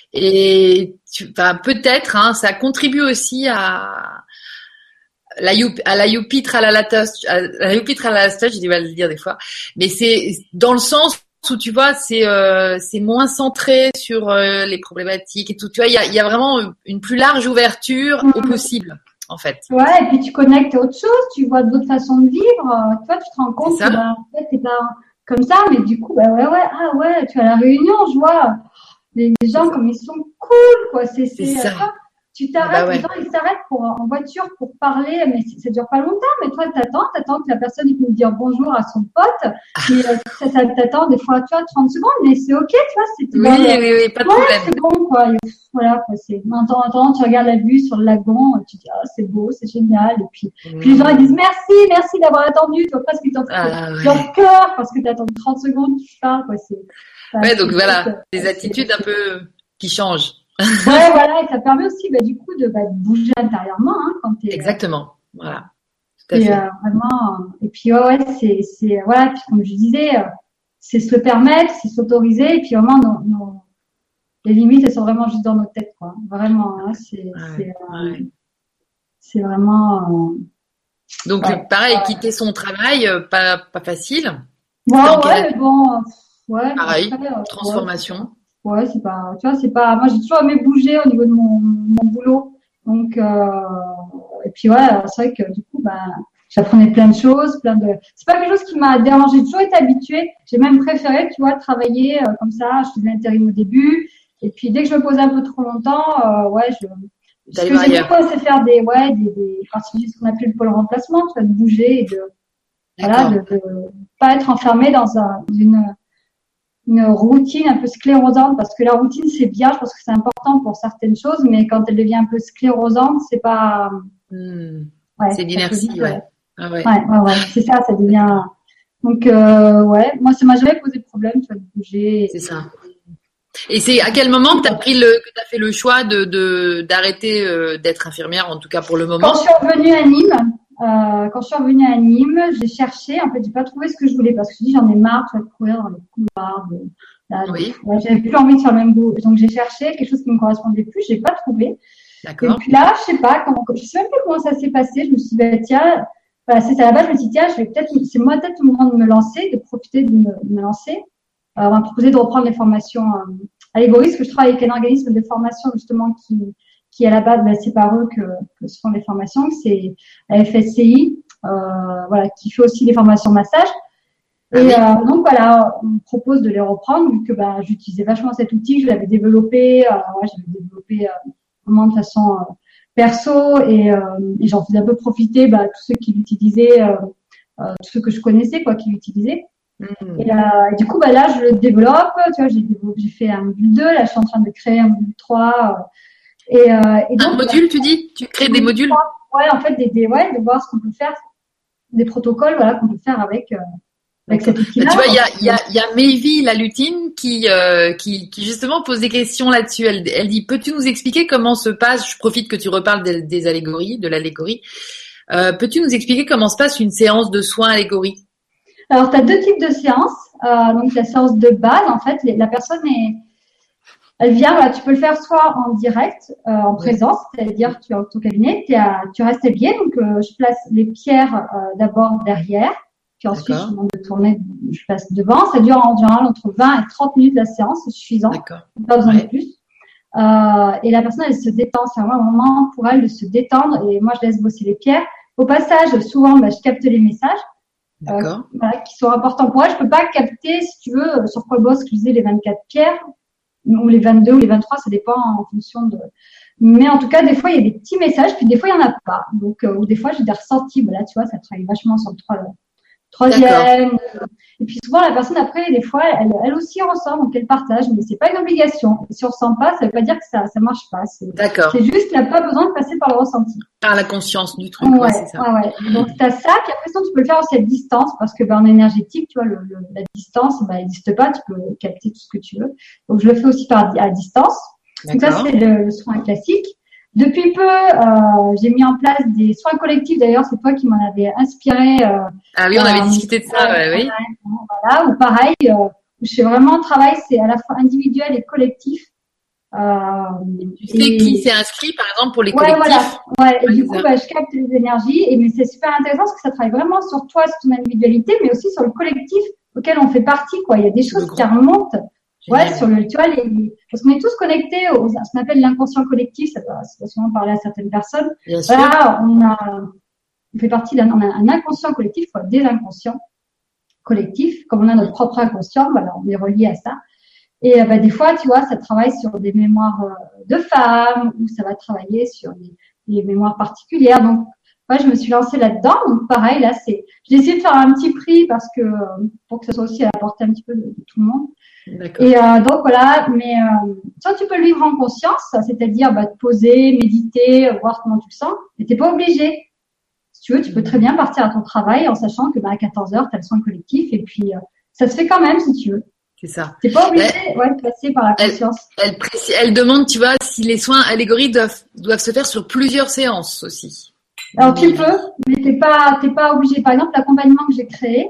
peut-être, hein, ça contribue aussi à la youpi tralala, j'ai du mal à le dire des fois, mais c'est dans le sens où tu vois, c'est moins centré sur les problématiques et tout. Tu vois, il y a vraiment une plus large ouverture au possible. En fait. Ouais, et puis tu connectes à autre chose, tu vois d'autres façons de vivre, tu vois, tu te rends compte que en fait t'es pas comme ça, mais du coup, tu es à la Réunion, je vois les gens comme ils sont cool, quoi, c'est ça. Tu t'arrêtes, les gens ils s'arrêtent en voiture pour parler, mais ça dure pas longtemps, mais toi t'attends que la personne il peut dire bonjour à son pote, mais ça t'attend des fois, tu vois, 30 secondes, mais c'est ok, tu vois, oui, pas de problème. C'est bon, quoi, voilà, quoi, de temps en temps, tu regardes la vue sur le lagon, tu dis, c'est beau, c'est génial, et puis les gens ils disent merci d'avoir attendu, tu vois, presque ils t'offrent leur cœur, parce que t'as attendu 30 secondes, tu parles, quoi, donc voilà, des attitudes un peu qui changent. Ouais, voilà, et ça permet aussi, du coup, de bouger intérieurement, hein, quand t'es. Exactement, voilà. Tout à fait. Vraiment, et puis, voilà, puis comme je disais, c'est se le permettre, c'est s'autoriser, et puis vraiment, les limites, elles sont vraiment juste dans nos têtes, quoi. Vraiment, hein, c'est vraiment. Donc, pareil, quitter son travail, pas facile. Ouais, bon, ouais. Pareil, transformation. Ouais, c'est pas, moi j'ai toujours aimé bouger au niveau de mon boulot. Donc, et puis c'est vrai que du coup, j'apprenais plein de choses, c'est pas quelque chose qui m'a dérangé. J'ai toujours été habituée. J'ai même préféré, tu vois, travailler comme ça. Je faisais l'intérim au début. Et puis, dès que je me posais un peu trop longtemps, ce que j'ai beaucoup, c'est faire participer ce qu'on appelle le pôle remplacement, tu vois, de bouger et de pas être enfermé dans une routine un peu sclérosante, parce que la routine c'est bien, je pense que c'est important pour certaines choses, mais quand elle devient un peu sclérosante, c'est pas. C'est d'inertie, ouais. Ouais, c'est ça devient. Donc moi ça m'a jamais posé de problème, tu vois, de bouger. C'est ça. Et c'est à quel moment que t'as fait le choix d'arrêter d'être infirmière, en tout cas pour le moment? Quand je suis revenue à Nîmes, j'ai cherché, en fait, j'ai pas trouvé ce que je voulais, parce que je dis, j'en ai marre, tu vas courir dans les couloirs, j'avais plus envie de faire le même boulot. Donc, j'ai cherché quelque chose qui me correspondait plus, j'ai pas trouvé. D'accord. Et puis là, je sais même plus comment ça s'est passé, je me suis dit, tiens, c'est à la base, je me suis dit, tiens, c'est peut-être le moment de me lancer, de profiter de me lancer. On m'a proposé de reprendre les formations à l'Égoïste, parce que je travaille avec un organisme de formation, justement, qui à la base, c'est par eux que se font les formations, c'est la FSCI, qui fait aussi des formations massage. Et donc voilà, on me propose de les reprendre, vu que j'utilisais vachement cet outil, je l'avais développé, vraiment de façon perso, et j'en faisais un peu profiter tous ceux qui l'utilisaient, tous ceux que je connaissais, quoi, qui l'utilisaient. Et du coup, là, je le développe, tu vois, j'ai fait un module 2, là, je suis en train de créer un module 3, et donc, un module, tu dis? Tu crées des modules? Ouais, en fait, de voir ce qu'on peut faire, des protocoles, qu'on peut faire avec avec cet outil-là. Tu vois, il y a Mayvi, la lutine, qui justement pose des questions là-dessus. Elle dit, peux-tu nous expliquer comment se passe, je profite que tu reparles des allégories, de l'allégorie, peux-tu nous expliquer comment se passe une séance de soins allégorie? Alors, tu as 2 types de séances. Donc, la séance de base, en fait, la personne elle vient, voilà, tu peux le faire soit en direct, en présence, c'est-à-dire tu es dans ton cabinet, tu restes habillé, donc je place les pierres d'abord derrière, puis ensuite je demande de tourner, je place devant. Ça dure en général entre 20 et 30 minutes la séance, c'est suffisant. D'accord. Pas besoin de plus. Et la personne, elle se détend. C'est vraiment un moment pour elle de se détendre. Et moi, je laisse bosser les pierres. Au passage, souvent, je capte les messages voilà, qui sont importants pour elle. Je peux pas capter, si tu veux, sur quoi bosse, je disais les 24 pierres, ou les 22 ou les 23, ça dépend en fonction de. Mais en tout cas, des fois, il y a des petits messages, puis des fois, il y en a pas. Donc, ou des fois, j'ai des ressentis. Voilà, tu vois, ça travaille vachement sur le troisième. Et puis souvent, la personne après, des fois, elle aussi ressent, donc elle partage, mais c'est pas une obligation. Et si on ressent pas, ça veut pas dire que ça marche pas. D'accord. C'est juste qu'il n'y a pas besoin de passer par le ressenti. Par la conscience du truc, c'est ça. Ouais. Donc t'as ça, puis après ça, tu peux le faire aussi à distance, parce que en énergétique, tu vois, la distance, elle n'existe pas, tu peux capter tout ce que tu veux. Donc je le fais aussi à distance. Donc ça, c'est le soin classique. Depuis peu, j'ai mis en place des soins collectifs. D'ailleurs, c'est toi qui m'en avais inspiré. Ah oui, on avait discuté de ça, oui. Voilà, ou pareil, où je fais vraiment travail, c'est à la fois individuel et collectif. Tu sais qui s'est inscrit, par exemple, pour les collectifs. Voilà. Et du coup, je capte les énergies. Mais c'est super intéressant parce que ça travaille vraiment sur toi, sur ton individualité, mais aussi sur le collectif auquel on fait partie, quoi. Il y a des choses qui remontent. Ouais, sur tu vois, parce qu'on est tous connectés à ce qu'on appelle l'inconscient collectif, ça doit souvent parler à certaines personnes. Bien sûr. Voilà, on fait partie on a un inconscient collectif, quoi, des inconscients collectifs. Comme on a notre propre inconscient, voilà, on est relié à ça. Et, des fois, tu vois, ça travaille sur des mémoires de femmes, ou ça va travailler sur des mémoires particulières. Donc, je me suis lancée là-dedans. Donc, pareil, là, j'ai essayé de faire un petit prix parce que, pour que ça soit aussi à la portée un petit peu de tout le monde. D'accord. Et donc voilà, mais soit tu peux le vivre en conscience, c'est-à-dire te poser, méditer, voir comment tu le sens, mais t'es pas obligé. Si tu veux, tu peux très bien partir à ton travail en sachant que à 14h, tu as le soin collectif et puis ça se fait quand même si tu veux. C'est ça. T'es pas obligé de passer par la conscience. Elle demande, tu vois, si les soins allégories doivent se faire sur plusieurs séances aussi. Alors tu peux, mais t'es pas obligé. Par exemple, l'accompagnement que j'ai créé,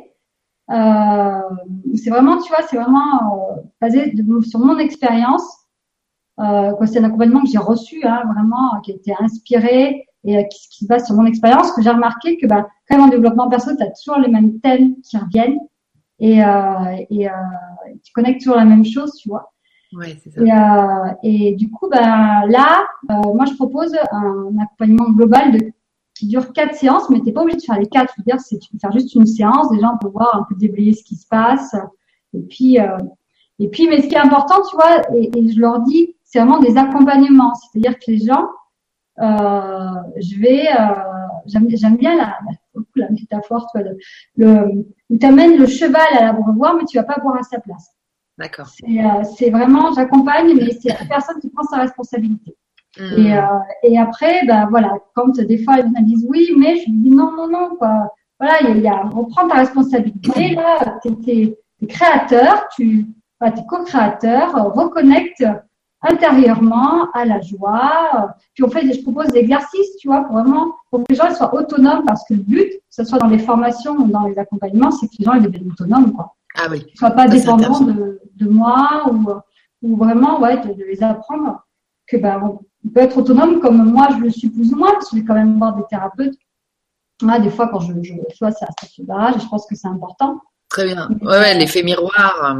c'est vraiment, tu vois, c'est vraiment basé sur mon expérience. C'est un accompagnement que j'ai reçu, vraiment, qui a été inspiré et qui se base sur mon expérience. Que j'ai remarqué que, quand même en développement perso, tu as toujours les mêmes thèmes qui reviennent et tu connectes toujours la même chose, tu vois. Ouais, c'est ça. Et du coup, là, moi, je propose un accompagnement global qui dure 4 séances, mais t'es pas obligé de faire les 4. Je veux dire, tu peux faire juste une séance. Déjà, on peut voir un peu déblayer ce qui se passe. Et puis, mais ce qui est important, tu vois, et je leur dis, c'est vraiment des accompagnements. C'est-à-dire que les gens, j'aime bien la métaphore, tu vois, où t'amènes le cheval à l'abreuvoir, mais tu vas pas boire à sa place. D'accord. C'est vraiment, j'accompagne, mais c'est la personne qui prend sa responsabilité. Et après, voilà, quand des fois les gens disent oui, mais je lui dis non, quoi. Voilà, on prend ta responsabilité, là, t'es créateur, t'es co-créateur, reconnecte intérieurement à la joie. Puis je propose des exercices, tu vois, pour que les gens soient autonomes, parce que le but, que ce soit dans les formations ou dans les accompagnements, c'est que les gens ils deviennent autonomes, quoi. Ah oui. Qu'ils soient pas dépendants de moi ou vraiment, de les apprendre que, on peut être autonome comme moi je le suis plus ou moins, parce que je vais quand même voir des thérapeutes. Des fois, quand je ça fait barrage, et je pense que c'est important. Très bien. Ouais, l'effet miroir.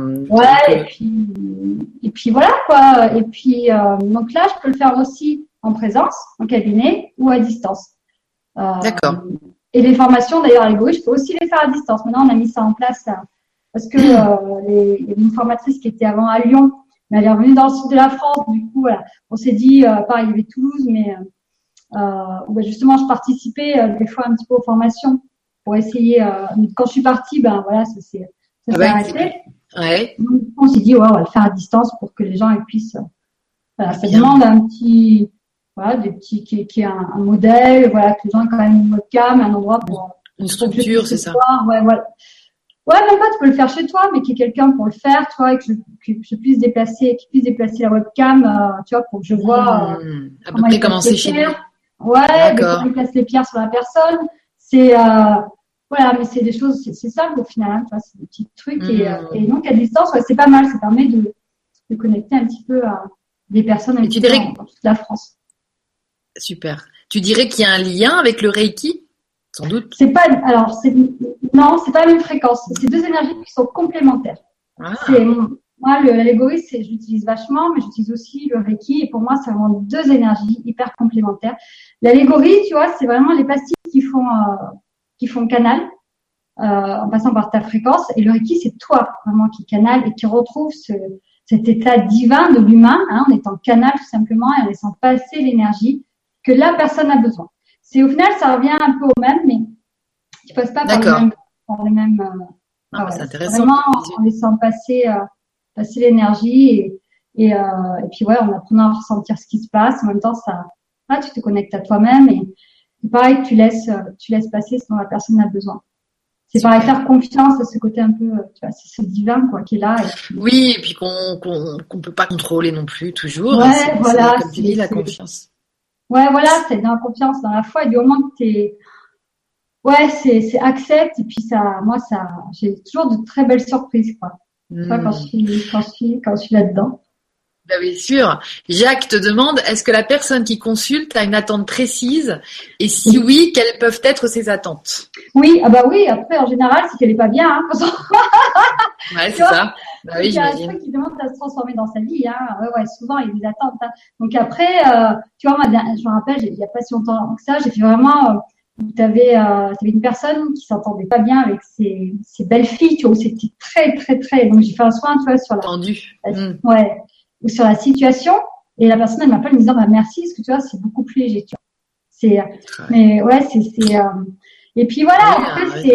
Et puis voilà, quoi. Et puis, donc là, je peux le faire aussi en présence, en cabinet ou à distance. D'accord. Et les formations, d'ailleurs, allégorie, je peux aussi les faire à distance. Maintenant, on a mis ça en place, parce que, il y avait une formatrice qui était avant à Lyon, mais elle est revenue dans le sud de la France. Du coup, voilà. On s'est dit, pareil, il y avait Toulouse, mais justement, je participais des fois un petit peu aux formations pour essayer. Quand je suis partie, voilà, ça s'est arrêté. Ouais. Donc, on s'est dit, on va le faire à distance pour que les gens puissent. Voilà, ça demande un petit, qui est un modèle, voilà, que les gens aient quand même une webcam, un endroit pour une structure, c'est ça. Ouais, voilà. Ouais, même pas, tu peux le faire chez toi, mais qu'il y ait quelqu'un pour le faire, tu vois, et que je puisse déplacer, qu'il puisse déplacer la webcam, tu vois, pour que je vois À peu comment près il comment place c'est les chez lui. pierres. Ouais, mais comment D'accord. il place les pierres sur la personne. C'est, voilà, mais c'est des choses, c'est simple au final, hein, tu vois, c'est des petits trucs. Et donc, à distance, ouais, c'est pas mal, ça permet de connecter un petit peu à des personnes un Et petit tu peu dirais, dans toute la France. super. Tu dirais qu'il y a un lien avec le Reiki? Sans doute. C'est pas, alors, non, c'est pas la même fréquence. C'est deux énergies qui sont complémentaires. Ah, Moi, l'allégorie, je l'utilise vachement, mais j'utilise aussi le Reiki. Et pour moi, c'est vraiment deux énergies hyper complémentaires. L'allégorie, tu vois, c'est vraiment les pastilles qui font canal, en passant par ta fréquence. Et le Reiki, c'est toi, vraiment, qui canal et qui retrouve cet état divin de l'humain, hein, en étant canal, tout simplement, et en laissant passer l'énergie que la personne a besoin. Au final, ça revient un peu au même, mais tu passes pas d'accord. par les mêmes, Ah, ah bah, ouais, c'est c'est intéressant vraiment comme vision. en laissant passer l'énergie et puis ouais, en apprenant à ressentir ce qui se passe. En même temps, tu te connectes à toi-même et pareil, tu laisses passer ce dont la personne a besoin. C'est pareil, Super. faire confiance à ce côté un peu, tu vois, c'est ce divin, quoi, qui est là. Et puis, Oui, et puis qu'on peut pas contrôler non plus toujours. Et ouais, c'est voilà, comme tu dis, la confiance. ouais, voilà, c'est dans la confiance, dans la foi. Et du moment que ouais, c'est accepte. Et puis j'ai toujours de très belles surprises, quoi. Tu vois, Hmm. quand je suis là-dedans. Bah oui, sûr. Jacques te demande, est-ce que la personne qui consulte a une attente précise? Et si oui, quelles peuvent être ses attentes? Oui, ah bah oui, après, en général, c'est qu'elle est pas bien, hein, Ouais, tu c'est vois. ça. Bah C'est oui, qu'il y a un j'imagine. truc qui demande à se transformer dans sa vie, hein. Ouais, ouais, souvent, il y a des attentes, hein. Donc après, tu vois, moi, je me rappelle, il y a pas si longtemps que ça, j'ai fait vraiment, t'avais une personne qui s'entendait pas bien avec ses belles filles, tu vois, où c'était très, très, très, donc j'ai fait un soin, tu vois, Tendu. Hmm. ouais, ou sur la situation, et la personne, elle m'appelle en me disant, bah, merci, parce que tu vois, c'est beaucoup plus léger, tu vois. Ouais. Mais ouais, et puis voilà, Oui, après, ouais.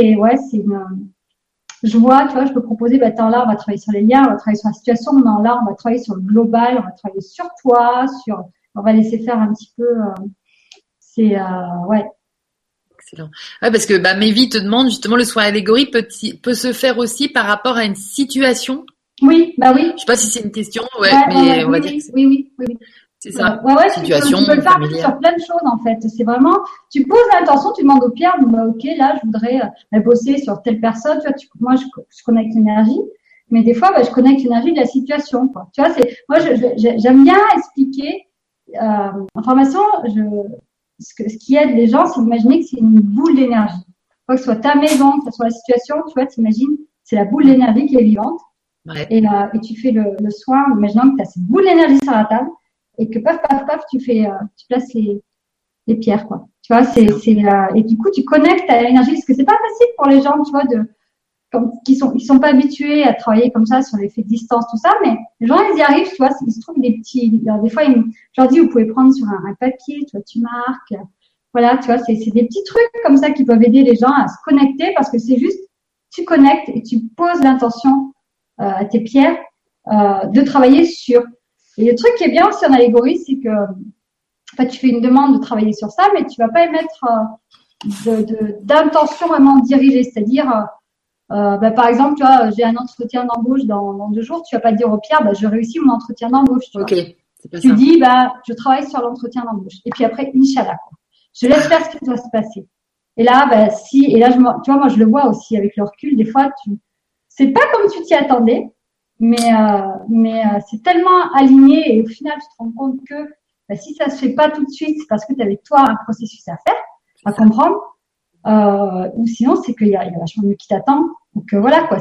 je vois, tu vois, je peux proposer, bah, attends, là, on va travailler sur les liens, on va travailler sur la situation, non, là, on va travailler sur le global, on va travailler sur toi, on va laisser faire un petit peu, ouais. Excellent. Ouais, parce que bah, Mévi te demande justement le soin allégorie peut se faire aussi par rapport à une situation. Oui, bah oui, Je sais pas si c'est une question, ouais, ouais, ouais, mais ouais, on oui, va dire que oui, oui, oui, oui, oui. c'est ça. Ouais, ouais, Situation tu peux le faire familière. sur plein de choses, en fait. C'est vraiment, tu poses l'intention, tu demandes au Pierre, bon, bah, ok, là, je voudrais bosser sur telle personne, tu vois, moi, je connecte l'énergie, mais des fois, bah, je connecte l'énergie de la situation, quoi. Tu vois, moi, j'aime bien expliquer, en formation, ce qui aide les gens, c'est d'imaginer que c'est une boule d'énergie. Quoi que ce soit ta maison, que ce soit la situation, tu vois, t'imagines, c'est la boule d'énergie qui est vivante. Ouais. Et tu fais le soin, en imaginant que tu as cette boule d'énergie sur la table et que paf, paf, paf, tu places les pierres, quoi. Tu vois, et du coup, tu connectes à l'énergie parce que c'est pas facile pour les gens, tu vois, ils sont pas habitués à travailler comme ça sur l'effet de distance, tout ça, mais les gens, ils y arrivent, tu vois, ils se trouvent des petits, alors, des fois, je leur dis, vous pouvez prendre sur un papier, tu vois, tu marques, voilà, tu vois, c'est des petits trucs comme ça qui peuvent aider les gens à se connecter parce que c'est juste, tu connectes et tu poses l'intention à tes pierres de travailler sur. Et le truc qui est bien aussi en allégorie, c'est que en fait, tu fais une demande de travailler sur ça, mais tu vas pas émettre d'intention vraiment dirigée. C'est-à-dire, bah, par exemple, tu vois, j'ai un entretien d'embauche dans 2 jours, tu vas pas dire au Pierre, bah, je réussis mon entretien d'embauche, tu Ok, vois. c'est pas Tu ça. dis, bah, je travaille sur l'entretien d'embauche. Et puis après, Inch'Allah, quoi. Je laisse faire ce qui doit se passer. Et là, bah, et là, tu vois, moi, je le vois aussi avec le recul. Des fois, c'est pas comme tu t'y attendais, mais c'est tellement aligné et au final, tu te rends compte que bah, si ça se fait pas tout de suite, c'est parce que tu avais toi un processus à faire, à comprendre, ou sinon c'est qu'il y a vachement mieux qui t'attend. Donc voilà quoi,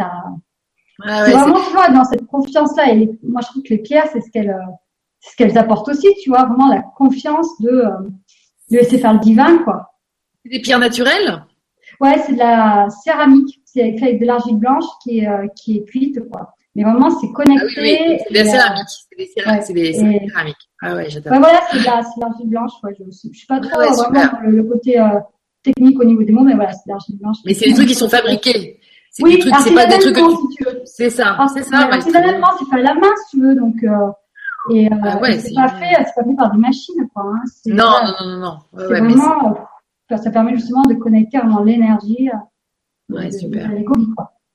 Ah c'est ouais, vraiment tu vois dans cette confiance-là. Et moi je trouve que les pierres c'est ce qu'elles apportent aussi, tu vois, vraiment la confiance de laisser faire le divin quoi. c'est des pierres naturelles? Ouais, c'est de la céramique. C'est fait avec de l'argile blanche qui est cuite, quoi. Mais vraiment, c'est Ah oui, oui, donc connecté c'est de la céramique. ouais. C'est de la Et céramique. Ah ouais, j'adore. ouais, voilà, c'est de l'argile blanche. Ouais, je suis pas Ouais, trop ouais, vraiment super. dans le côté technique au niveau des mots, mais voilà, c'est de l'argile blanche. Mais c'est des trucs qui sont fabriqués. C'est des Oui, trucs, c'est pas des trucs que artisanalement, tu. si tu veux. C'est ça, ouais, très bien. Artisanalement, c'est fait à la main, si tu veux. Donc, Ah et ouais, c'est c'est pas fait par des machines, quoi. Hein. non, Voilà, non, non, non, non. Ouais, c'est ouais, mais c'est vraiment, ça permet justement de connecter vraiment l'énergie ouais, de super. l'allégorie, quoi.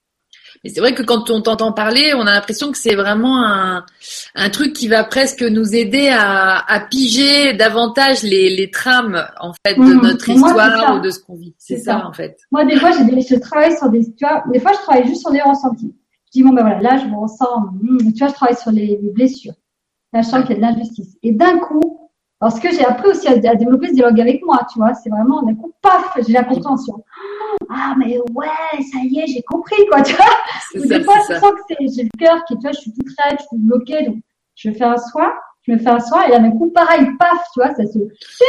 Et c'est vrai que quand on t'entend parler, on a l'impression que c'est vraiment un truc qui va presque nous aider à piger davantage les trames, en fait, de notre histoire ou de ce qu'on vit. C'est ça, en fait. Moi, des fois, je travaille sur tu vois, des fois, je travaille juste sur des ressentis. Je dis, bon, ben voilà, là, je me ressens, tu vois, je travaille sur les blessures. Là, je sens qu'il y a de l'injustice. Et d'un coup, parce que j'ai appris aussi à développer ce dialogue avec moi, tu vois, c'est vraiment, d'un coup, paf, j'ai la compréhension. Ah, mais ouais, ça y est, j'ai compris, quoi, tu vois. Ou des fois, je sens que j'ai le cœur qui, tu vois, je suis toute raide, je suis bloquée, donc je me fais un soin, et là, d'un coup, pareil, paf, tu vois, ça se,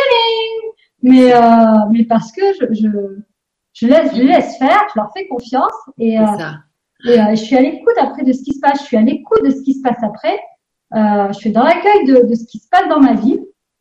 mais parce que je les laisse faire, je leur fais confiance, et je suis à l'écoute après de ce qui se passe, je suis à l'écoute de ce qui se passe après, je suis dans l'accueil de ce qui se passe dans ma vie,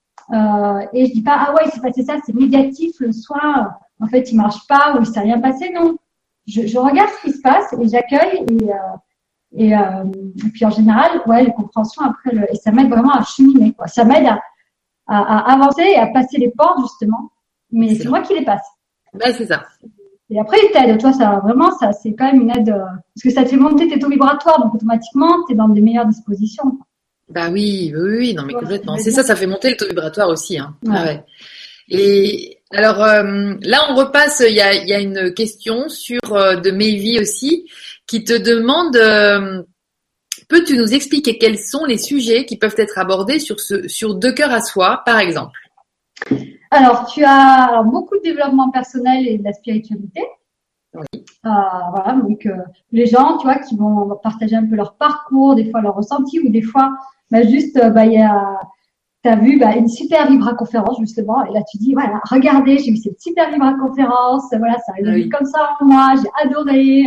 et je dis pas, ah ouais, il s'est passé ça, c'est négatif, le soin, en fait, il marche pas, ou il s'est rien passé, non. Je regarde ce qui se passe, et j'accueille, et puis en général, ouais, les compréhensions après, et ça m'aide vraiment à cheminer, quoi. Ça m'aide à avancer et à passer les portes, justement. Mais c'est moi qui les passe. Ben, c'est ça. Et après, il t'aide. Toi, ça, c'est quand même une aide, parce que ça te fait monter tes taux vibratoires, donc automatiquement, t'es dans des meilleures dispositions. Bah oui, non, mais complètement. C'est ça fait monter le taux vibratoire aussi, hein. Ouais. Ah ouais. Et alors, là, on repasse, il y a une question de Mayvi aussi, qui te demande, peux-tu nous expliquer quels sont les sujets qui peuvent être abordés sur Deux cœurs à soi, par exemple? Alors, tu as beaucoup de développement personnel et de la spiritualité. Oui. Voilà, donc les gens, tu vois, qui vont partager un peu leur parcours, des fois leur ressenti, ou des fois, juste, il y a, t'as vu, une super vibra-conférence, justement, et là tu dis, voilà, regardez, j'ai vu cette super vibra-conférence, voilà, ça résonne comme ça en moi, j'ai adoré,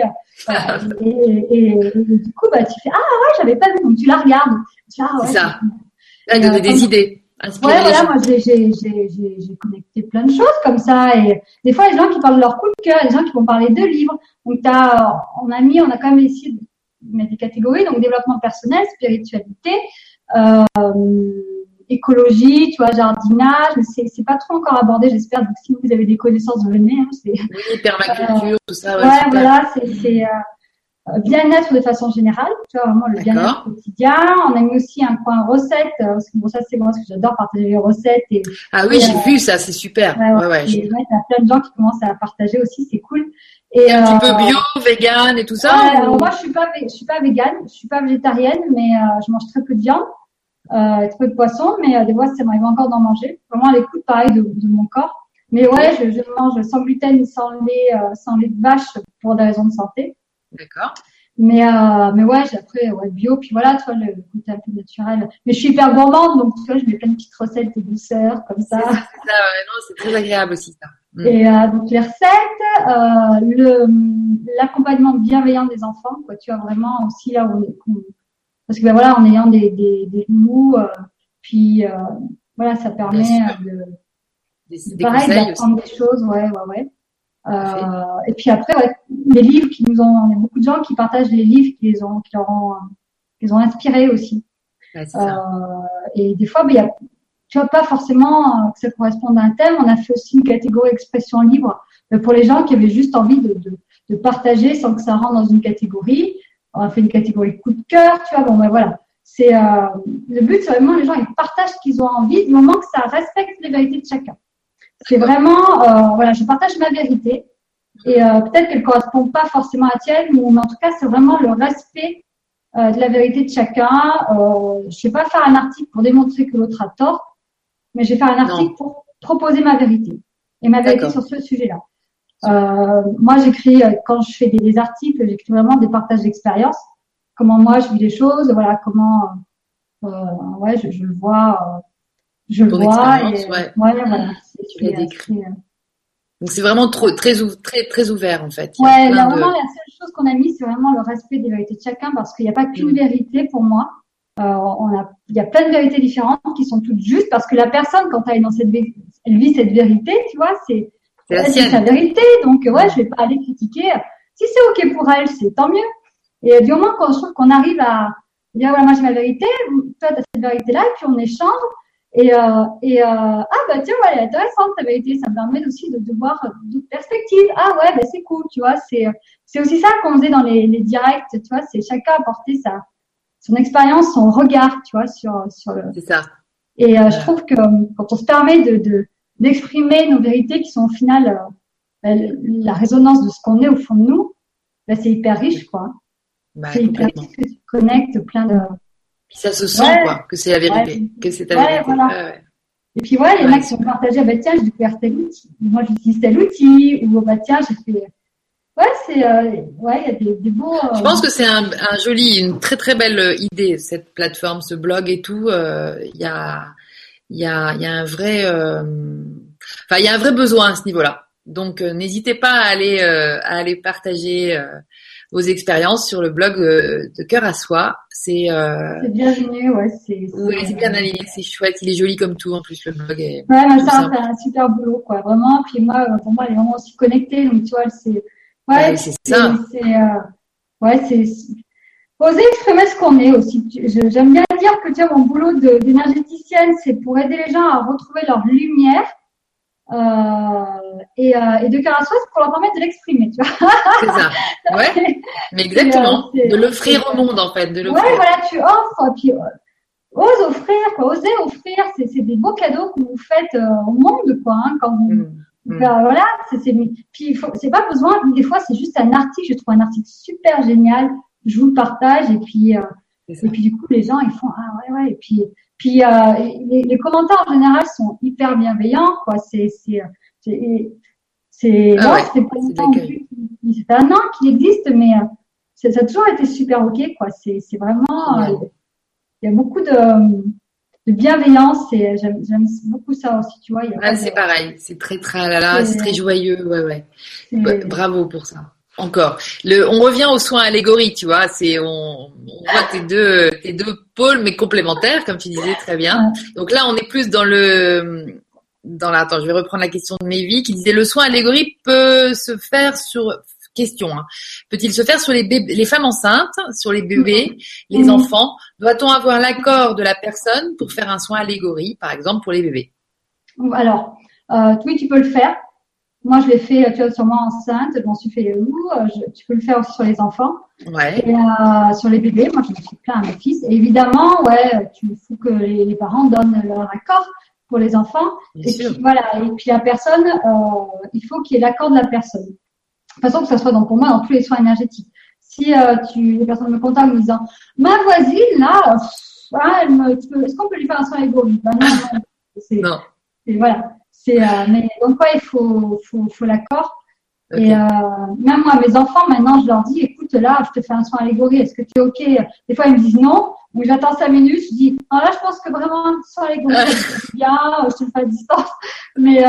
et du coup, tu fais, ah ouais, j'avais pas vu, donc tu la regardes. Tu fais, ah ouais. C'est ça. Là, donner des idées. Ouais, voilà, moi j'ai connecté plein de choses comme ça, et des fois les gens qui parlent de leur coup de cœur, les gens qui vont parler de livres, donc on a quand même essayé de mettre des catégories, donc développement personnel, spiritualité, écologie, tu vois, jardinage, mais c'est pas trop encore abordé, j'espère, donc si vous avez des connaissances, venez, hein, oui, permaculture, tout ça, ouais, voilà, c'est bien-être de façon générale, tu vois, vraiment le bien-être quotidien. On a mis aussi un coin recettes, parce que bon, ça c'est moi, parce que j'adore partager les recettes. Ah oui, j'ai vu ça, c'est super. Ouais. Il y a plein de gens qui commencent à partager aussi, c'est cool. Et un petit peu bio, vegan et tout ça. Alors moi, je suis pas végane, je suis pas végétarienne, mais je mange très peu de viande, très peu de poisson, mais des fois, ça m'arrive encore d'en manger. Vraiment à l'écoute, pareil, de mon corps. Mais ouais, je mange sans gluten, sans lait de vache pour des raisons de santé. D'accord. Mais ouais, après, bio, puis voilà, tu vois, le côté un peu naturel. Mais je suis hyper gourmande, donc tu vois, je mets plein de petites recettes de douceur, comme ça. C'est ça, non, c'est très agréable aussi, ça. Et donc les recettes, l'accompagnement bienveillant des enfants, quoi, tu vois, vraiment aussi là où parce que voilà, en ayant des loulous, puis voilà, ça permet pareil, d'apprendre des choses, ouais. Et puis après, les livres il y a beaucoup de gens qui partagent les livres qui les ont inspirés aussi. Ouais, c'est ça. Et des fois, tu vois, pas forcément que ça corresponde à un thème. On a fait aussi une catégorie expression libre pour les gens qui avaient juste envie de partager sans que ça rentre dans une catégorie. On a fait une catégorie coup de cœur, tu vois. Bon, voilà. C'est le but, c'est vraiment les gens ils partagent ce qu'ils ont envie du moment que ça respecte les vérités de chacun. C'est vraiment, voilà, je partage ma vérité et peut-être qu'elle correspond pas forcément à tienne, mais en tout cas, c'est vraiment le respect de la vérité de chacun. Je vais pas faire un article pour démontrer que l'autre a tort, mais je vais faire un article pour proposer ma vérité et ma vérité sur ce sujet-là. Moi, j'écris quand je fais des articles, j'écris vraiment des partages d'expériences, comment moi je vis les choses, voilà, comment, je le vois. Je le vois et voilà. Tu l'as décrit. Donc c'est vraiment très ouvert en fait. Ouais, là vraiment la seule chose qu'on a mis, c'est vraiment le respect des vérités de chacun parce qu'il n'y a pas qu'une vérité pour moi. Il y a plein de vérités différentes qui sont toutes justes parce que la personne quand elle est dans elle vit cette vérité, tu vois, c'est sa vérité. Donc je vais pas aller critiquer. Si c'est ok pour elle, c'est tant mieux. Et du moment qu'on arrive à dire voilà, moi j'ai ma vérité, toi t'as cette vérité là, et puis on échange. Et tiens, elle est intéressante ta vérité, ça me permet aussi de voir d'autres perspectives. Ah ouais, c'est cool, tu vois, c'est c'est aussi ça qu'on faisait dans les directs, tu vois, c'est chacun apporter son expérience, son regard, tu vois, sur le. C'est ça. Et je trouve que quand on se permet d'exprimer nos vérités qui sont au final la résonance de ce qu'on est au fond de nous, ben, c'est hyper riche, quoi. C'est hyper riche que tu connectes plein de. Puis ça se sent, quoi, que c'est la vérité, que c'est ta vérité. Voilà. Et puis, il y en a qui sont partagés, bah, tiens, j'ai découvert tel outil. Moi, j'utilise tel outil, ou, bah, tiens, j'ai fait. Ouais, il y a des beaux. Je pense que c'est une très très belle idée, cette plateforme, ce blog et tout. Il y a un vrai, il y a un vrai besoin à ce niveau-là. Donc, n'hésitez pas à aller partager vos expériences sur le blog de Cœur à Soi. C'est bienvenu, ouais. C'est bien aligné, c'est chouette. Il est joli comme tout en plus le blog. Ouais, mais ça, c'est un super boulot, quoi. Vraiment. Puis moi, pour moi, elle est vraiment aussi connectée. Donc, tu vois, c'est. Ouais, c'est ça. C'est oser exprimer ce qu'on est aussi. J'aime bien dire que, tu vois, mon boulot d'énergéticienne, c'est pour aider les gens à retrouver leur lumière. Et de Cœur à Soi, c'est pour leur permettre de l'exprimer, tu vois. C'est ça. Ouais. Mais exactement. De l'offrir au monde, en fait. Ouais, voilà, tu offres, puis ose offrir, quoi. Oser offrir, c'est des beaux cadeaux que vous faites au monde, quoi, hein, quand vous. Voilà, puis c'est pas besoin, des fois c'est juste un article, je trouve un article super génial, je vous le partage et puis du coup les gens ils font ouais et puis les commentaires en général sont hyper bienveillants, quoi, c'est pas un an qu'il existe, mais ça a toujours été super ok, quoi, c'est vraiment il y a beaucoup de bienveillance et j'aime beaucoup ça aussi, tu vois. C'est pareil, c'est très tralala, c'est très joyeux, ouais. Bravo pour ça. Encore. On revient aux soins allégories, tu vois, on voit tes deux pôles mais complémentaires, comme tu disais très bien. Donc là, on est plus attends, je vais reprendre la question de Mévi qui disait le soin allégorie peut se faire peut-il se faire sur les femmes enceintes, sur les bébés, les enfants? Doit-on avoir l'accord de la personne pour faire un soin allégorie, par exemple pour les bébés? Alors, oui, tu peux le faire. Moi, je l'ai fait, tu vois, sur moi enceinte, je m'en suis fait tu peux le faire aussi sur les enfants. Ouais. Et sur les bébés, moi, je me suis plein à mes fils. Et évidemment, il faut que les parents donnent leur accord pour les enfants. Bien sûr. Puis, voilà. Et puis la personne, il faut qu'il y ait l'accord de la personne. De toute façon, que ça soit pour moi dans tous les soins énergétiques. Si les personnes me contactent en me disant ma voisine là, est-ce qu'on peut lui faire un soin allégorie? Ben non. Voilà. Mais donc il faut l'accord. Okay. Et même moi, mes enfants, maintenant, je leur dis, écoute, là, je te fais un soin allégorie, est-ce que tu es ok? Des fois, ils me disent non. Donc j'attends 5 minutes, je dis, là, je pense que vraiment un soin allégorie, c'est bien, je te le fais à distance. Mais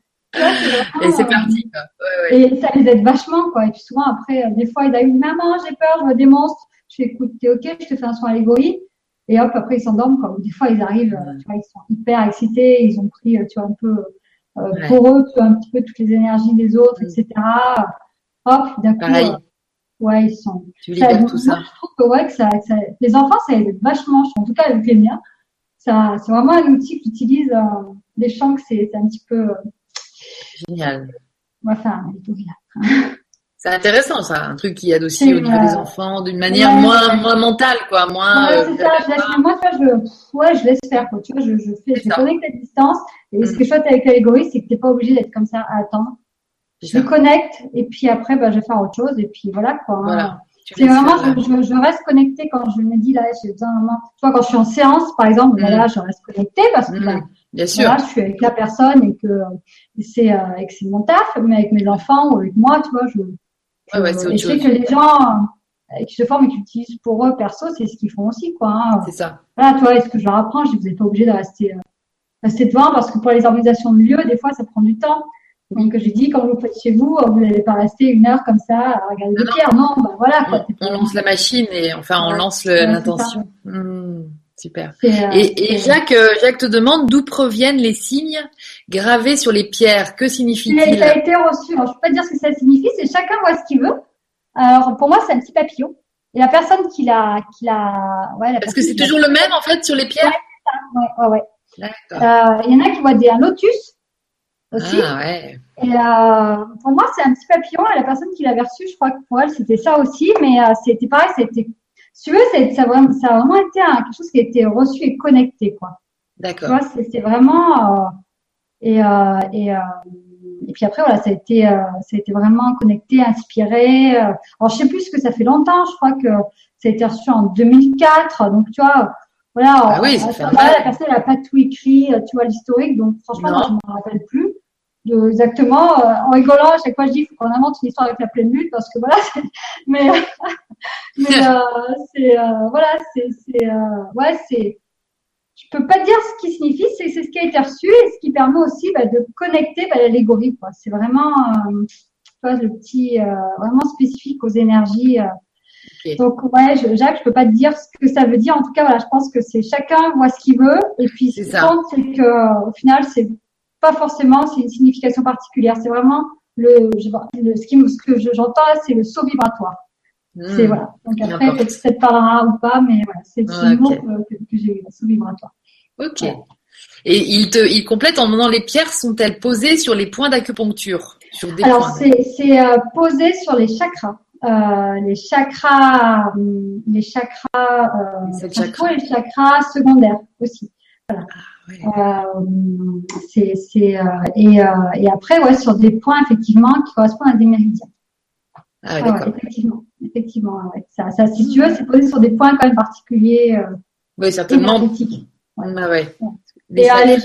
et c'est parti, quoi. Ouais. Et ça les aide vachement, quoi. Et puis souvent, après, des fois, ils disent, maman, j'ai peur, je me démonstre. Je fais, écoute, t'es ok, je te fais un soin allégorie. Et hop, après, ils s'endorment, quoi. Ou des fois, ils arrivent, tu vois, ils sont hyper excités, ils ont pris, tu vois, un peu, pour eux, tu vois, un petit peu toutes les énergies des autres, etc. Hop, d'un coup, ils sont. Tu libères tout ça. Moi, je trouve que les enfants, ça aide vachement, en tout cas, avec les miens. Ça, c'est vraiment un outil qu'ils utilisent, des chants que c'est un petit peu, génial. Enfin, tout bien. C'est intéressant, ça, un truc qui aide aussi au niveau des enfants, d'une manière moins mentale, quoi, moins. C'est ça. Je laisse faire, quoi. Tu vois, je connecte à distance. Et ce que je fais avec l'allégorie, c'est que t'es pas obligé d'être comme ça à attendre. Je connecte et puis après, je vais faire autre chose et puis voilà, quoi. Voilà. C'est vraiment, je reste connectée quand je me dis là, j'ai besoin vraiment. Tu vois, quand je suis en séance, par exemple, voilà, je reste connectée parce que bien sûr. Voilà, je suis avec la personne et que c'est mon taf, mais avec mes enfants ou avec moi, tu vois, je sais que les gens qui se forment et qui utilisent pour eux perso, c'est ce qu'ils font aussi, quoi. Hein. C'est ça. Voilà, tu vois, est-ce que je leur apprends? Je dis, vous n'êtes pas obligé de rester devant parce que pour les organisations de lieux, des fois, ça prend du temps. Donc, je dis, quand vous le faites chez vous, vous n'allez pas rester 1 heure comme ça à regarder des pierres. Non, voilà, quoi. On lance la machine et on lance l'intention. Super. Et Jacques te demande d'où proviennent les signes gravés sur les pierres. Que signifie-t-il? Ça a été reçu. Alors, je peux pas dire ce que ça signifie. C'est chacun voit ce qu'il veut. Alors, pour moi, c'est un petit papillon. Et la personne qui l'a, parce que c'est toujours le même, en fait, sur les pierres? Ouais. D'accord. Il y en a qui voient un lotus. aussi. Ah ouais. Et pour moi, c'est un petit papillon. Et la personne qui l'avait reçu, je crois que pour elle, c'était ça aussi. Mais c'était pareil, c'était, si tu veux, ça a vraiment été quelque chose qui a été reçu et connecté, quoi. Tu D'accord. vois, c'est vraiment et puis après voilà, ça a été vraiment connecté, inspiré. Alors je sais plus ce que ça fait longtemps. Je crois que ça a été reçu en 2004. Donc tu vois, Ah voilà, oui, ça à ce fait un moment-là, la bail. personne n'a pas tout écrit, tu vois l'historique. Donc franchement, moi je Non. m'en rappelle plus exactement. En rigolant, à chaque fois je dis il faut qu'on invente une histoire avec la pleine lune parce que voilà. Mais c'est voilà, ouais, c'est je peux pas dire ce qui signifie, c'est ce qui a été reçu et ce qui permet aussi de connecter l'allégorie, quoi. C'est vraiment tu vois, le petit vraiment spécifique aux énergies. Ok. Donc ouais, Jacques, je peux pas te dire ce que ça veut dire. En tout cas, voilà, je pense que c'est chacun voit ce qu'il veut. Et puis ce C'est qui ça. compte, c'est que au final, c'est pas forcément c'est une signification particulière. C'est vraiment ce que j'entends là, c'est le saut vibratoire. C'est Hmm. voilà. Donc Qui après, peut-être importe. ça te parlera ou pas, mais voilà, c'est Ah, le mot ok. que j'ai eu, le saut vibratoire. Ok. Voilà. Et il complète en demandant les pierres sont-elles posées sur les points d'acupuncture? Sur des Alors, points, d'accord. c'est posé sur les chakras. Les chakras Les sept principaux chakras. et les chakras secondaires aussi. Voilà. Ouais. Et après, ouais, sur des points effectivement qui correspondent à des méridiens. Ah ouais, Ah ouais, d'accord. effectivement, ouais. Ça, si tu veux, c'est posé sur des points quand même particuliers, Oui, certainement. énergétiques. Ouais. Ah ouais. Ouais. Les Et sacres.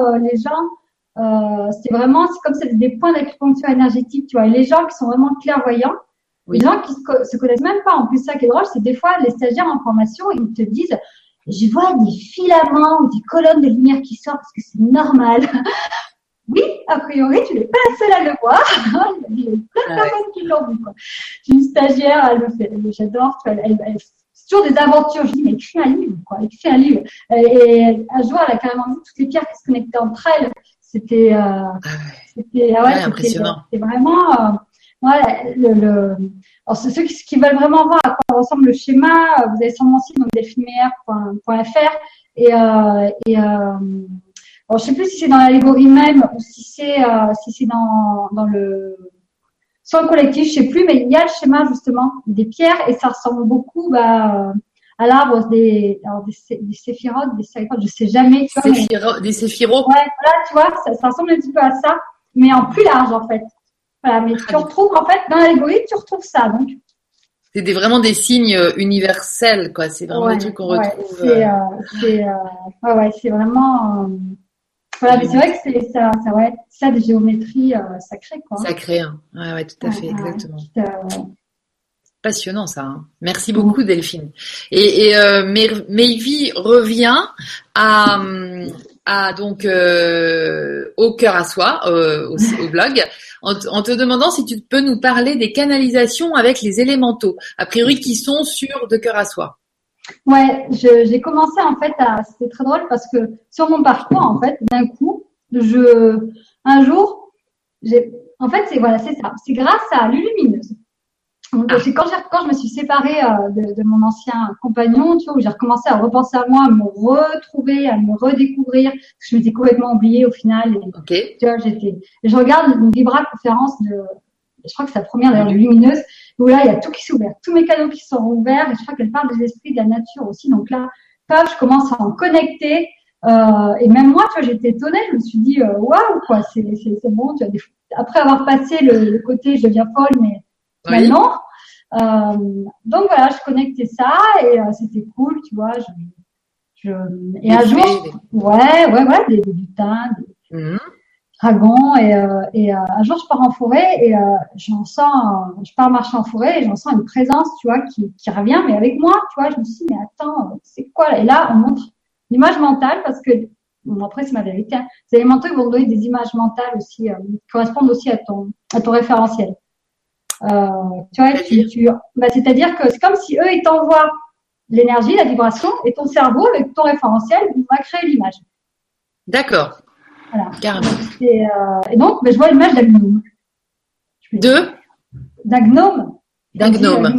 c'est comme c'est des points d'acupuncture énergétique, tu vois. Et les gens qui sont vraiment clairvoyants, les Oui. gens qui se connaissent même pas. En plus, ça qui est drôle, c'est des fois les stagiaires en formation, ils te disent, je vois des filaments ou des colonnes de lumière qui sortent parce que c'est normal. Oui, a priori, tu n'es pas la seule à le voir. Il y a plein de Ah ouais. personnes qui l'ont vu, quoi. J'ai une stagiaire, elle me fait, j'adore, tu vois, c'est toujours des aventures. Je dis, mais écris un livre, quoi, écris un livre. Et un jour, elle a carrément vu toutes les pierres qui se connectaient entre elles. C'était, Ah ouais. ouais, Ouais, impressionnant. c'était vraiment, ouais, alors, ceux qui veulent vraiment voir à quoi ressemble le schéma, vous avez sur mon site, donc delphinemeyer.fr alors, je sais plus si c'est dans l'allégorie même ou si c'est dans le soit le collectif, je sais plus, mais il y a le schéma justement des pierres et ça ressemble beaucoup à l'arbre des séphirotes, des séphirotes, je sais jamais, tu vois, mais Des séphiros. ouais, voilà, tu vois, ça ressemble un petit peu à ça, mais en plus large en fait. Voilà, mais Ah, tu retrouves en fait dans l'allégorie, tu retrouves ça, donc c'est vraiment des signes universels, quoi. C'est vraiment des ouais, trucs qu'on ouais, retrouve ouais, c'est vraiment. Voilà, mais c'est vrai que c'est ouais, ça de géométrie sacrée, quoi. sacrés, hein. Ouais, ouais, tout à fait, Ouais, exactement. qui te- Passionnant ça, hein. Merci beaucoup Mm. Delphine. Mayvi revient à, donc au cœur à soi, au blog, en te demandant si tu peux nous parler des canalisations avec les élémentaux, a priori qui sont sur de cœur à soi. Ouais, j'ai commencé en fait c'était très drôle parce que sur mon parcours, en fait, d'un coup, un jour, en fait, voilà, c'est ça. C'est grâce à Lulumineuse. Donc, Ah, c'est quand je me suis séparée de mon ancien compagnon, tu vois, où j'ai recommencé à repenser à moi, à me retrouver, à me redécouvrir, parce que je m'étais complètement oubliée au final. Et, ok. tu vois, je regarde une Vibra conférence je crois que c'est la première d'ailleurs de Lulu. Lumineuse, où là, il y a tout qui s'est ouvert, tous mes canaux qui sont ouverts, et je crois qu'elle parle des esprits, de la nature aussi. Donc là, paf, je commence à en connecter, et même moi, tu vois, j'étais étonnée, je me suis dit, waouh, quoi, c'est bon, tu vois, après avoir passé le côté je deviens folle, mais Oui. maintenant. Donc voilà, je connectais ça et c'était cool, tu vois. Et Des un jour, fées. ouais, des lutins, des Mhm. dragons et un jour je pars en forêt et je pars marcher en forêt et j'en sens une présence, tu vois, qui revient, mais avec moi, tu vois. Je me suis dit, mais attends, c'est quoi là? Et là, on montre l'image mentale parce que bon, après c'est ma vérité. Hein, ces élémentaux ils vont te donner des images mentales aussi qui correspondent aussi à ton référentiel. Tu vois, C'est-à-dire? c'est-à-dire que c'est comme si eux, ils t'envoient l'énergie, la vibration, et ton cerveau, avec ton référentiel, va créer l'image. D'accord, Voilà. carrément. Et donc, je vois l'image d'un gnome. Deux, D'un gnome. d'un J'ai dit un gnome. gnome.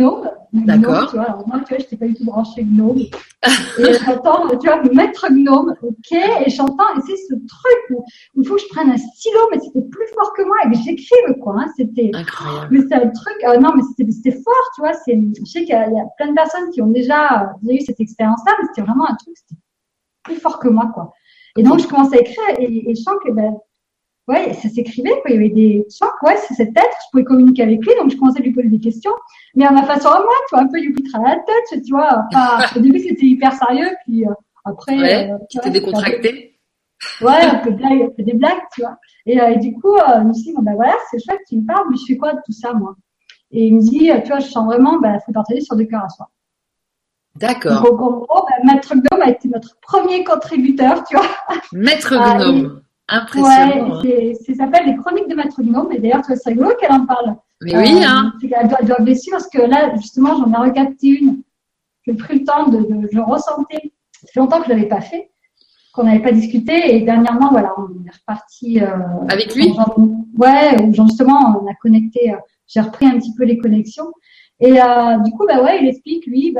D'accord. Tu vois. Alors moi, tu vois, je n'étais pas du tout branchée gnome. Et j'entends, tu vois, maître gnome, ok, et j'entends, et c'est ce truc où il faut que je prenne un stylo, mais c'était plus fort que moi et que j'écrive, quoi. Hein, c'était Incroyable. Mais c'est un truc, non, mais c'était fort, tu vois. Je sais qu'il y a plein de personnes qui ont déjà eu cette expérience-là, mais c'était vraiment un truc, c'était plus fort que moi, quoi. Et donc, je commence à écrire et je sens que, ouais, ça s'écrivait, quoi. Il y avait des chocs, ouais, c'est cet être, je pouvais communiquer avec lui, donc je commençais à lui poser des questions, mais à ma façon à moi, tu vois, un peu lui à la tête, tu vois. Enfin, au début, c'était hyper sérieux, puis après, ouais, tu t'es décontracté. Ouais, un peu des blagues, tu vois. Et du coup, je me suis dit, bon, ben voilà, c'est chouette, tu me parles, mais je fais quoi de tout ça, moi? Et il me dit, tu vois, je sens vraiment, faut partager sur 2 cœurs à soi. D'accord. Donc, en gros, Maître Gnome a été notre premier contributeur, tu vois. Maître Gnome. Impressionnant. Ouais, ça s'appelle les Chroniques de Maître Gnome. Et d'ailleurs, tu vois, c'est rigolo qu'elle en parle. Mais oui, hein. Elle doit blesser parce que là, justement, j'en ai recapté une. J'ai pris le temps je ressentais. Ça fait longtemps que je l'avais pas fait, qu'on n'avait pas discuté. Et dernièrement, voilà, on est reparti. Avec lui? Ouais, justement, on a connecté. J'ai repris un petit peu les connexions. Et du coup, ouais, il explique, lui,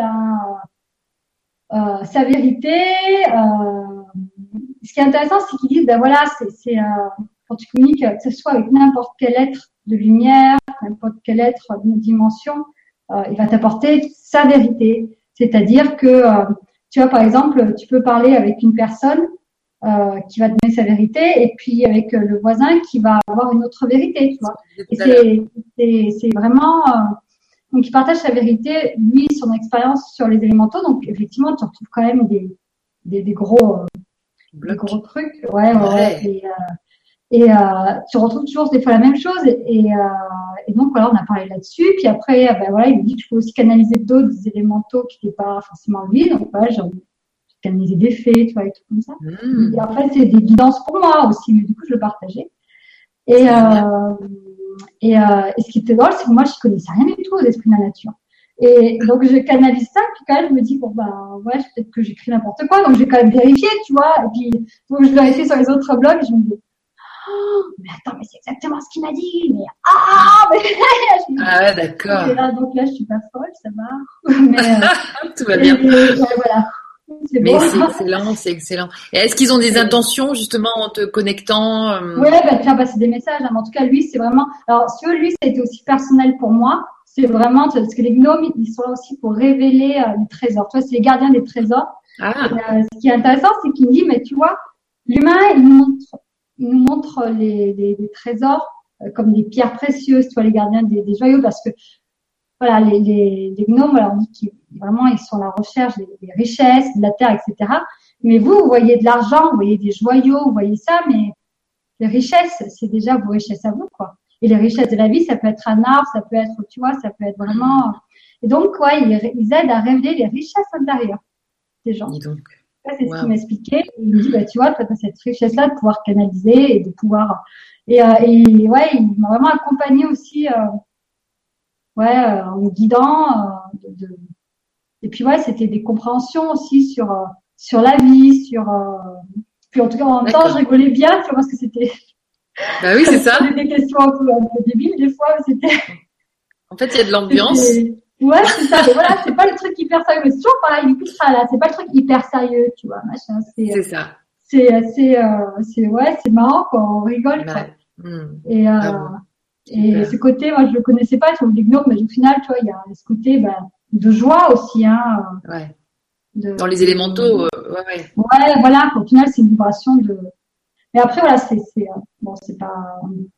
sa vérité. Ce qui est intéressant, c'est qu'ils disent, voilà, c'est quand tu communiques, que ce soit avec n'importe quel être de lumière, n'importe quel être d'une dimension, il va t'apporter sa vérité. C'est-à-dire que, tu vois, par exemple, tu peux parler avec une personne qui va te donner sa vérité, et puis avec le voisin qui va avoir une autre vérité, tu vois. Et c'est vraiment donc il partage sa vérité, lui, son expérience sur les élémentaux. Donc effectivement, tu retrouves quand même des gros trucs, ouais. Et tu retrouves toujours des fois la même chose. Et donc voilà, on a parlé là-dessus. Puis après, voilà, il me dit que je peux aussi canaliser d'autres élémentaux qui n'étaient pas forcément lui. Donc voilà, j'ai canalisé des fées, tu vois, et tout comme ça. Et en fait, c'est des guidances pour moi aussi, mais du coup, je le partageais. Et ce qui était drôle, c'est que moi, je connaissais rien du tout aux esprits de la nature. Et donc, je canalise ça, puis quand même, je me dis, bon, ouais, peut-être que j'écris n'importe quoi, donc j'ai quand même vérifié, tu vois. Et puis, donc, je vérifie sur les autres blogs, et je me dis, oh, mais attends, mais c'est exactement ce qu'il m'a dit, mais ouais, d'accord. Et là, donc là, je suis pas folle, ça va. Mais, tout va bien. Voilà. Mais c'est excellent. Et est-ce qu'ils ont des intentions justement en te connectant Ouais, tiens, c'est des messages. Hein, mais en tout cas, lui, c'est vraiment. Alors, si lui, ça a été aussi personnel pour moi. C'est vraiment parce que les gnomes, ils sont là aussi pour révéler les trésors. Tu vois, c'est les gardiens des trésors. Ah. Et, ce qui est intéressant, c'est qu'il me dit, mais tu vois, l'humain, il nous montre les trésors comme des pierres précieuses. Tu vois, les gardiens des joyaux, parce que voilà, les gnomes, alors on dit qu'ils vraiment ils sont à la recherche des richesses, de la terre, etc. Mais vous voyez de l'argent, vous voyez des joyaux, vous voyez ça, mais les richesses, c'est déjà vos richesses à vous, quoi. Et les richesses de la vie, ça peut être un arbre, ça peut être, tu vois, ça peut être vraiment. Et donc, ouais, ils aident à révéler les richesses intérieures des gens. Et donc, ça, c'est ce qu'il m'expliquait. Il me dit, tu vois, tu as cette richesse-là de pouvoir canaliser et de pouvoir. Et ouais, il m'a vraiment accompagné aussi. En me guidant. Et puis ouais, c'était des compréhensions aussi sur la vie, puis en tout cas en même temps, je rigolais bien, tu vois, parce que c'était. Bah oui, c'est ça. C'était des questions un peu débiles des fois, mais c'était. En fait, il y a de l'ambiance. Ouais, c'est ça. Mais voilà, c'est pas le truc hyper sérieux. Mais c'est toujours pareil, du coup, là, c'est pas le truc hyper sérieux, tu vois, machin. C'est ça. C'est marrant, quoi. On rigole, quoi. Et ce côté, moi, je le connaissais pas sur le gnomes, mais au final, tu vois, il y a ce côté, de joie aussi, hein. Ouais. Dans les élémentaux, ouais. Ouais, voilà. Au final, c'est une vibration de. Mais après, voilà, bon, c'est pas.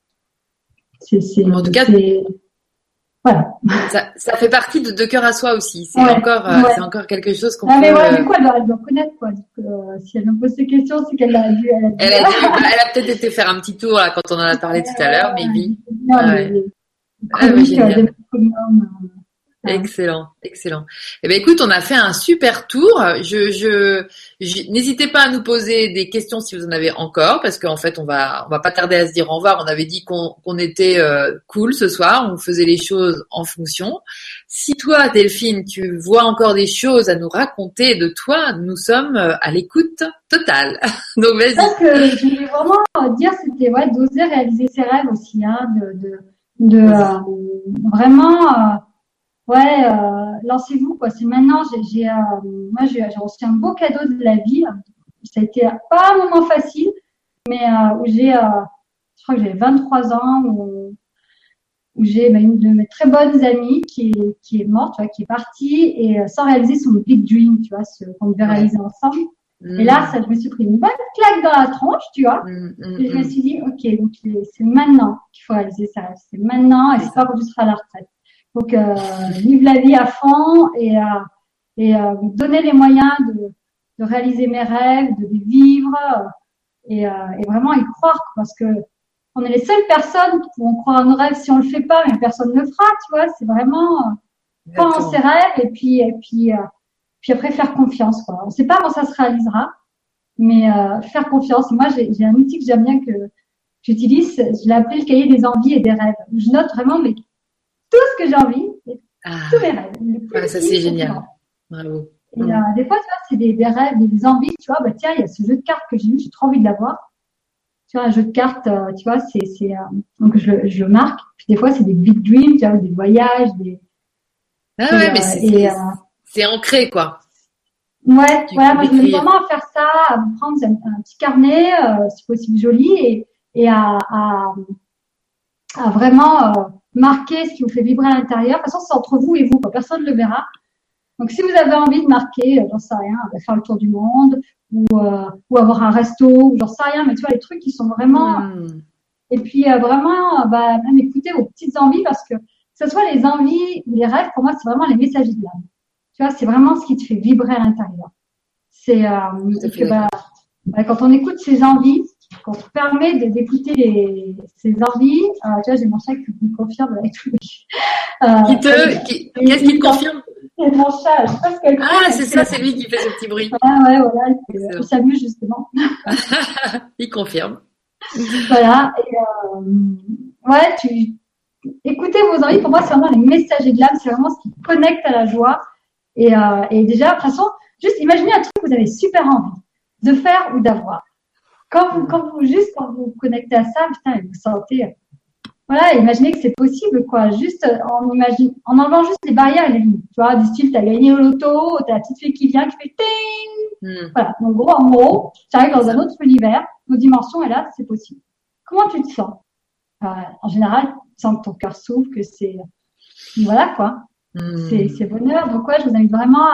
En tout cas, voilà. Ça fait partie de cœur à soi aussi. C'est c'est encore quelque chose qu'on peut. Mais ouais, du coup, elle doit connaître, quoi. Donc, si elle me pose ces questions, c'est qu'elle a dû. Elle a peut-être été faire un petit tour là quand on en a parlé tout à l'heure, maybe. Génial. Excellent. Eh ben écoute, on a fait un super tour. N'hésitez pas à nous poser des questions si vous en avez encore, parce qu'en fait on va pas tarder à se dire au revoir. On avait dit qu'on était cool ce soir, on faisait les choses en fonction. Si toi Delphine, tu vois encore des choses à nous raconter de toi, nous sommes à l'écoute totale. Donc vas-y. Ce que je voulais vraiment dire, c'était d'oser réaliser ses rêves aussi, hein, de vraiment ouais, lancez-vous, quoi. C'est maintenant, moi, j'ai reçu un beau cadeau de la vie. Ça a été pas un moment facile, mais où je crois que j'avais 23 ans, où j'ai une de mes très bonnes amies qui est morte, tu vois, qui est partie et sans réaliser son big dream, tu vois, ce qu'on devait réaliser ensemble. Et là, ça, je me suis pris une bonne claque dans la tronche, tu vois. Et je me suis dit, ok, donc c'est maintenant qu'il faut réaliser ça. C'est maintenant et c'est pas quand tu seras à la retraite. Donc, vivre la vie à fond et me donner les moyens de réaliser mes rêves, de les vivre et vraiment y croire parce que on est les seules personnes qui pourront croire à nos rêves si on le fait pas, mais personne ne le fera, tu vois. C'est vraiment croire en ses rêves et puis après faire confiance, quoi. On sait pas quand ça se réalisera, mais faire confiance. Et moi, j'ai un outil que j'aime bien que j'utilise. Je l'ai appelé le cahier des envies et des rêves. Je note vraiment tout ce que j'ai envie, et tous mes rêves. Ça c'est génial. Bravo. Et des fois, tu vois, c'est des rêves, des envies. Tu vois, bah tiens, il y a ce jeu de cartes que j'ai trop envie de l'avoir. Tu vois, un jeu de cartes, tu vois, donc je le marque. Puis des fois, c'est des big dreams, tu vois, des voyages, mais c'est ancré, quoi. Ouais, voilà, moi je me mets vraiment à faire ça, à me prendre un petit carnet, si possible joli, et à vraiment marquer ce qui vous fait vibrer à l'intérieur. De toute façon, c'est entre vous et vous, quoi. Personne ne le verra. Donc, si vous avez envie de marquer, j'en sais rien, faire le tour du monde, ou avoir un resto, ou j'en sais rien, mais tu vois, les trucs qui sont vraiment, et puis vraiment, même écouter vos petites envies, parce que ce soit les envies ou les rêves, pour moi, c'est vraiment les messagers de l'âme. Tu vois, c'est vraiment ce qui te fait vibrer à l'intérieur. C'est quand on écoute ses envies, qu'on te permet d'écouter ses envies, tu vois, j'ai mon chat qui me confirme avec tout. Qu'est-ce qui te confirme? C'est mon chat, je sais pas ce qu'elle Ah, c'est ça, c'est lui qui fait ce petit bruit. Ouais, voilà, il s'amuse justement. Il confirme. Voilà, et écoutez vos envies, pour moi, c'est vraiment les messagers de l'âme, c'est vraiment ce qui connecte à la joie. Et déjà, de toute façon, juste imaginez un truc que vous avez super envie de faire ou d'avoir. Quand vous connectez à ça, putain, vous sentez, voilà, imaginez que c'est possible, quoi. Juste, en enlevant juste les barrières et les limites. Tu vois, du style, t'as gagné au loto, t'as la petite fille qui vient, qui fait ting! Voilà. Donc, en gros, tu arrives dans un autre univers, une dimension, et là, c'est possible. Comment tu te sens? En général, tu sens que ton cœur s'ouvre, que voilà, quoi. C'est bonheur. Donc, ouais, je vous invite vraiment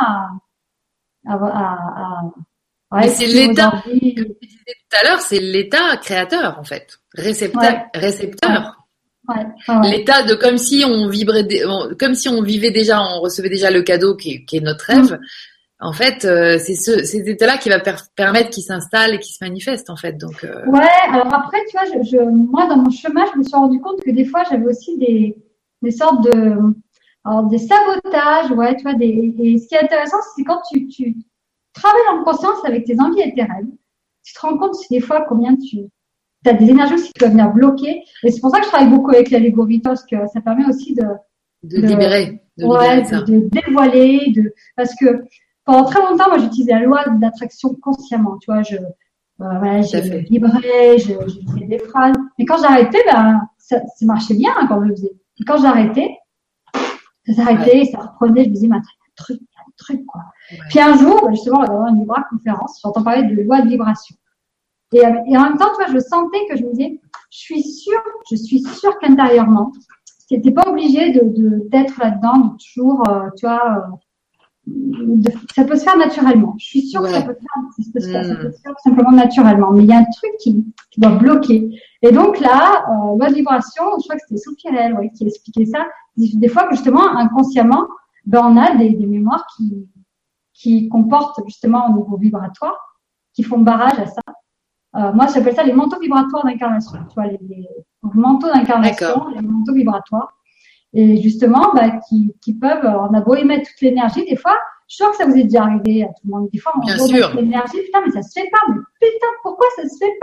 mais c'est l'état, comme tu disais tout à l'heure, c'est l'état créateur, en fait. Récepteur. Ouais. L'état de comme si on vibrait, comme si on vivait déjà, on recevait déjà le cadeau qui est notre rêve. En fait, c'est cet état-là qui va permettre qu'il s'installe et qu'il se manifeste, en fait. Donc. Ouais. Alors après, tu vois, moi dans mon chemin, je me suis rendu compte que des fois, j'avais aussi des sortes des sabotages, ouais, tu vois, et ce qui est intéressant, c'est quand tu travailles en conscience avec tes envies et tes rêves, tu te rends compte des fois combien tu as des énergies aussi qui peuvent venir bloquer. Et c'est pour ça que je travaille beaucoup avec l'allégorie, parce que ça permet aussi de libérer, de dévoiler, parce que pendant très longtemps, moi, j'utilisais la loi d'attraction consciemment, tu vois, j'ai vibré, j'ai fait des phrases. Mais quand j'arrêtais, ça marchait bien quand je le faisais. Et quand j'arrêtais, ça s'arrêtait, ça reprenait, je me disais, mais attends, il y a un truc, quoi. Ouais. Puis un jour, justement, dans une vibra-conférence, j'entends parler de loi de vibration. Et en même temps, tu vois, je sentais que je me disais, je suis sûre qu'intérieurement, tu n'étais pas obligé d'être là-dedans, de toujours, tu vois, ça peut se faire naturellement. Je suis sûre que ça peut se faire tout simplement naturellement. Mais il y a un truc qui doit bloquer. Et donc là, loi de vibration, je crois que c'était Sophie Hélène, qui expliquait ça. Des fois, justement, inconsciemment, on a des mémoires qui comportent justement au niveau vibratoire, qui font barrage à ça. Moi, j'appelle ça les manteaux vibratoires d'incarnation. Tu vois, les manteaux d'incarnation, les manteaux vibratoires. Et justement, qui peuvent, on a beau émettre toute l'énergie, des fois, je suis sûre que ça vous est déjà arrivé à tout le monde. Des fois, on a toute l'énergie, putain, mais ça se fait pas, mais putain, pourquoi ça se fait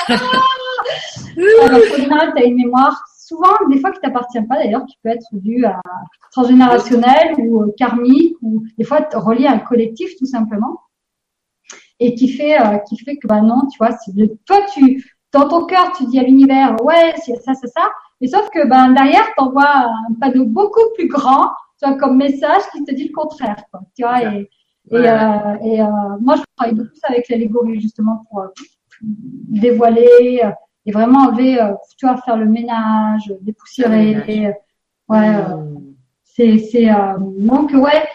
pas? Alors, en général, t'as une mémoire, souvent, des fois, qui t'appartient pas, d'ailleurs, qui peut être due à transgénérationnel ou karmique, ou des fois, relié à un collectif, tout simplement. Et qui fait que, non, tu vois, toi, dans ton cœur, tu dis à l'univers, ouais, c'est ça. Mais sauf que, derrière, t'envoies un panneau beaucoup plus grand tu vois, comme message qui te dit le contraire, quoi. Tu vois, moi, je travaille beaucoup avec l'allégorie, justement, pour dévoiler et vraiment enlever, tu vois, faire le ménage, dépoussiérer. Donc,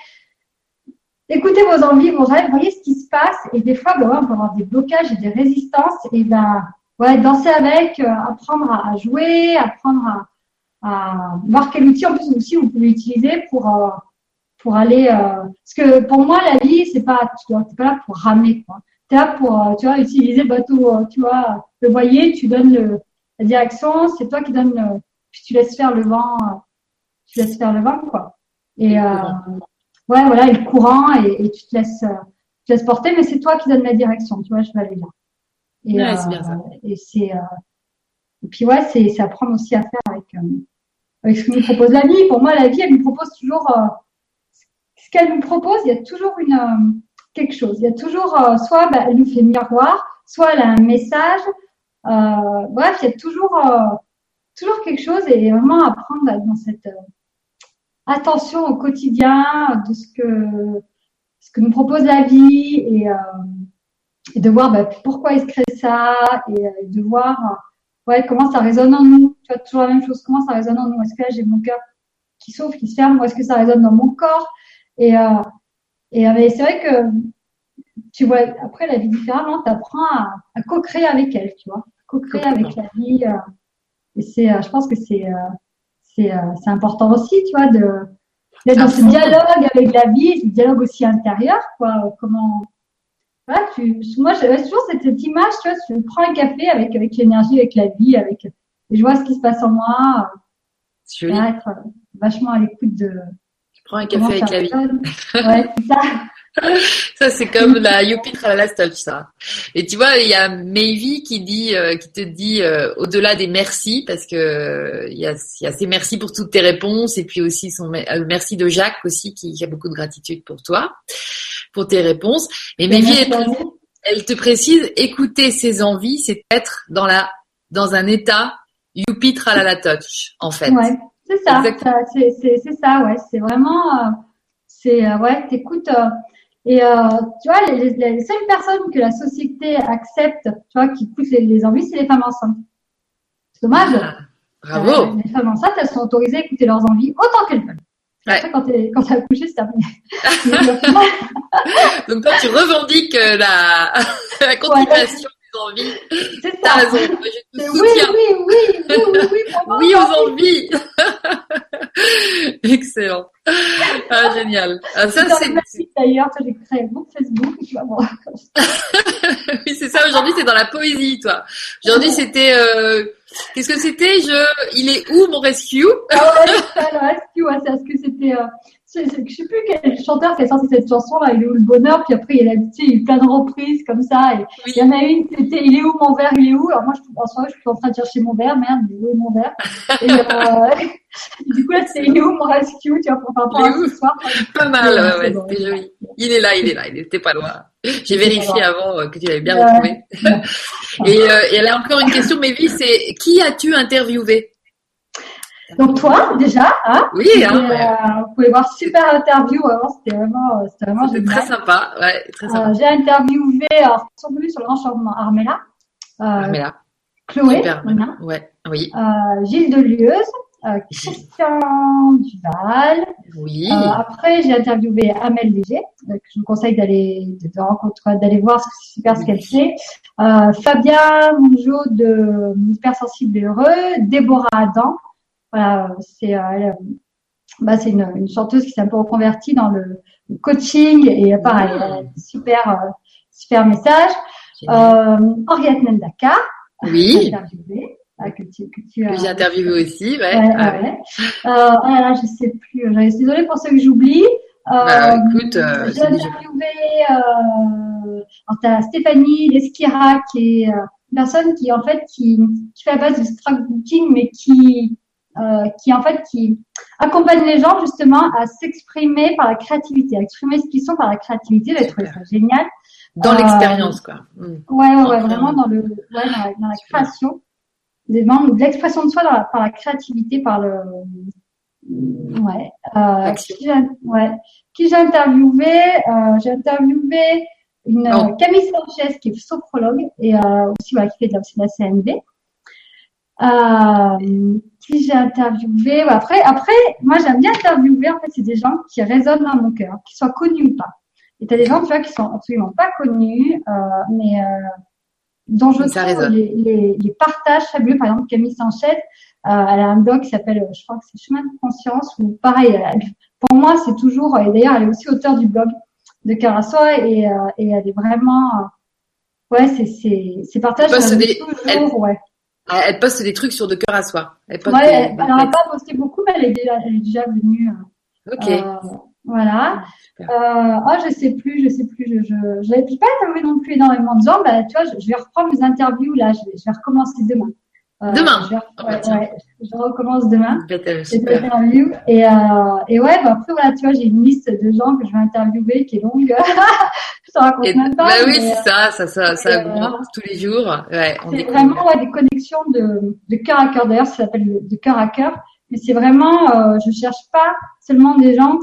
écoutez vos envies, vos rêves, voyez ce qui se passe. Et des fois, on peut avoir des blocages et des résistances. Et danser avec, apprendre à jouer, apprendre à voir quel outil, en plus, aussi, vous pouvez utiliser pour aller, parce que pour moi, la vie, t'es pas là pour ramer, quoi. T'es là pour, tu vois, utiliser le bateau, tu vois, le voilier, tu donnes la direction, c'est toi qui donnes puis tu laisses faire le vent, quoi. Et, voilà, et le courant, et tu te laisses porter, mais c'est toi qui donnes la direction, tu vois, je vais aller là. Et, c'est bien ça. Et puis c'est apprendre aussi à faire avec ce que nous propose la vie. Pour moi, la vie, elle nous propose toujours, ce qu'elle nous propose, il y a toujours quelque chose. Il y a toujours, soit elle nous fait miroir, soit elle a un message. Bref, il y a toujours quelque chose, et vraiment apprendre dans cette attention au quotidien de ce que nous propose la vie, et de voir pourquoi il se crée ça, et de voir comment ça résonne en nous. Tu vois, toujours la même chose, comment ça résonne en nous. Est-ce que là j'ai mon cœur qui s'ouvre, qui se ferme, ou est-ce que ça résonne dans mon corps? Mais c'est vrai que tu vois après la vie différemment, tu apprends à co-créer avec elle, tu vois, co-créer avec la vie, et je pense que c'est important aussi, tu vois, d'être dans ce dialogue avec la vie, ce dialogue aussi intérieur, quoi. Comment moi j'avais toujours cette image, tu vois, je prends un café avec l'énergie, avec la vie, et je vois ce qui se passe en moi. C'est joli. Être vachement à l'écoute de. Je prends un café avec la vie. Ouais, c'est ça. Ça, c'est comme la Youpi Tralala Touch, ça. Et tu vois, il y a Mayvi qui te dit, au-delà des merci, parce que il y a ces merci pour toutes tes réponses, et puis aussi le merci de Jacques aussi, qui a beaucoup de gratitude pour toi, pour tes réponses. Et Mayvi, elle te précise, écouter ses envies, c'est être dans un état Youpi Tralala Touch, en fait. Ouais, c'est ça. C'est ça, ouais. C'est vraiment, t'écoutes. Et tu vois, les seules personnes que la société accepte, tu vois, qui écoutent les envies, c'est les femmes enceintes. C'est dommage. Bravo. Les femmes enceintes, elles sont autorisées à écouter leurs envies autant qu'elles veulent. Après, quand t'as accouché, c'est terminé. Donc toi, tu revendiques la continuation des envies. C'est ça. T'as raison. Je te soutiens. Oui aux envies. Excellent. Ah, génial. Ah, ça, c'est d'ailleurs, j'ai créé mon Facebook, et tu vas voir. Oui, c'est ça. Aujourd'hui, c'est dans la poésie, toi. Aujourd'hui, c'était, qu'est-ce que c'était? Il est où mon rescue? Ah ouais, c'est ça, le rescue, ouais, c'est parce que c'était, je sais plus quel chanteur qui a sorti cette chanson-là, Il est où le bonheur? Puis après, il y a eu plein de reprises comme ça, et il y en a une, c'était Il est où mon verre? Il est où? Alors moi, en soirée, je suis en train de chercher mon verre, merde, il est où mon verre? Et du coup, là, c'est Il est où mon rescue? Tu vois, pour faire part ce soir. Pas mal, ouais, c'était joli. Il est là, il était pas loin. J'ai vérifié avant que tu l'avais bien retrouvé. Et elle a encore une question, Mayvi, c'est qui as-tu interviewé? Donc toi, déjà, hein? Oui, vous pouvez voir super interview. Vraiment, c'était vraiment génial. Très sympa, ouais, très sympa. J'ai interviewé, alors, ils sont venus sur le grand changement Armella. Armella. Chloé. Super, voilà. ouais, oui. Gilles Delieuse, Christian Duval. Oui. Après, j'ai interviewé Amel Léger, que je vous conseille d'aller voir, c'est super ce qu'elle fait. Fabien Mongeau de Hypersensible et Heureux, Déborah Adam. Voilà, c'est une chanteuse qui s'est un peu reconvertie dans le coaching, et pareil, super message. Henriette Nendaka. Oui. Que j'ai interviewé aussi, ouais. Là, je sais plus. Je suis désolée pour ceux que j'oublie. Écoute, j'ai interviewé, t'as Stéphanie Lesquira, qui est une personne qui fait à base de scrapbooking, mais qui accompagne les gens justement à s'exprimer par la créativité, à exprimer ce qu'ils sont par la créativité. J'ai trouvé ça génial. Dans l'expérience, quoi. Ouais, vraiment dans la création, de l'expression de soi par la créativité, par Ouais. Action. Qui j'ai interviewé? J'ai interviewé Non. Camille Sanchez qui est sophrologue et aussi qui fait aussi de la CNV. Qui j'ai interviewé? Après, moi j'aime bien interviewer. En fait, c'est des gens qui résonnent dans mon cœur, qu'ils soient connus ou pas. Et t'as des gens, tu vois, qui sont absolument pas connus, mais dont je Ça trouve résonne. les partages fabuleux. Par exemple, Camille Sanchez, elle a un blog qui s'appelle, je crois que c'est Chemin de Conscience, ou pareil, pour moi, c'est toujours, et d'ailleurs, elle est aussi auteure du blog de Cœur à Soi, et elle est vraiment, ses partages Poste sont des, toujours, elle poste des trucs sur de cœur à soi. Elle poste elle des n'en a textes. pas posté beaucoup, mais elle est déjà venue, Ok. voilà. Super. Je sais plus, je n'avais pas interviewé non plus énormément de gens. Bah, tu vois, je vais reprendre mes interviews là. Je vais recommencer demain. Demain. Tiens. Je recommence demain les Super. interviews. Après voilà, tu vois, j'ai une liste de gens que je vais interviewer qui est longue. Je te raconte même pas. Bah oui, c'est ça augmente tous les jours. Ouais, on c'est découvre. vraiment des connexions de cœur à cœur. D'ailleurs, ça s'appelle de cœur à cœur. Mais c'est vraiment, je cherche pas seulement des gens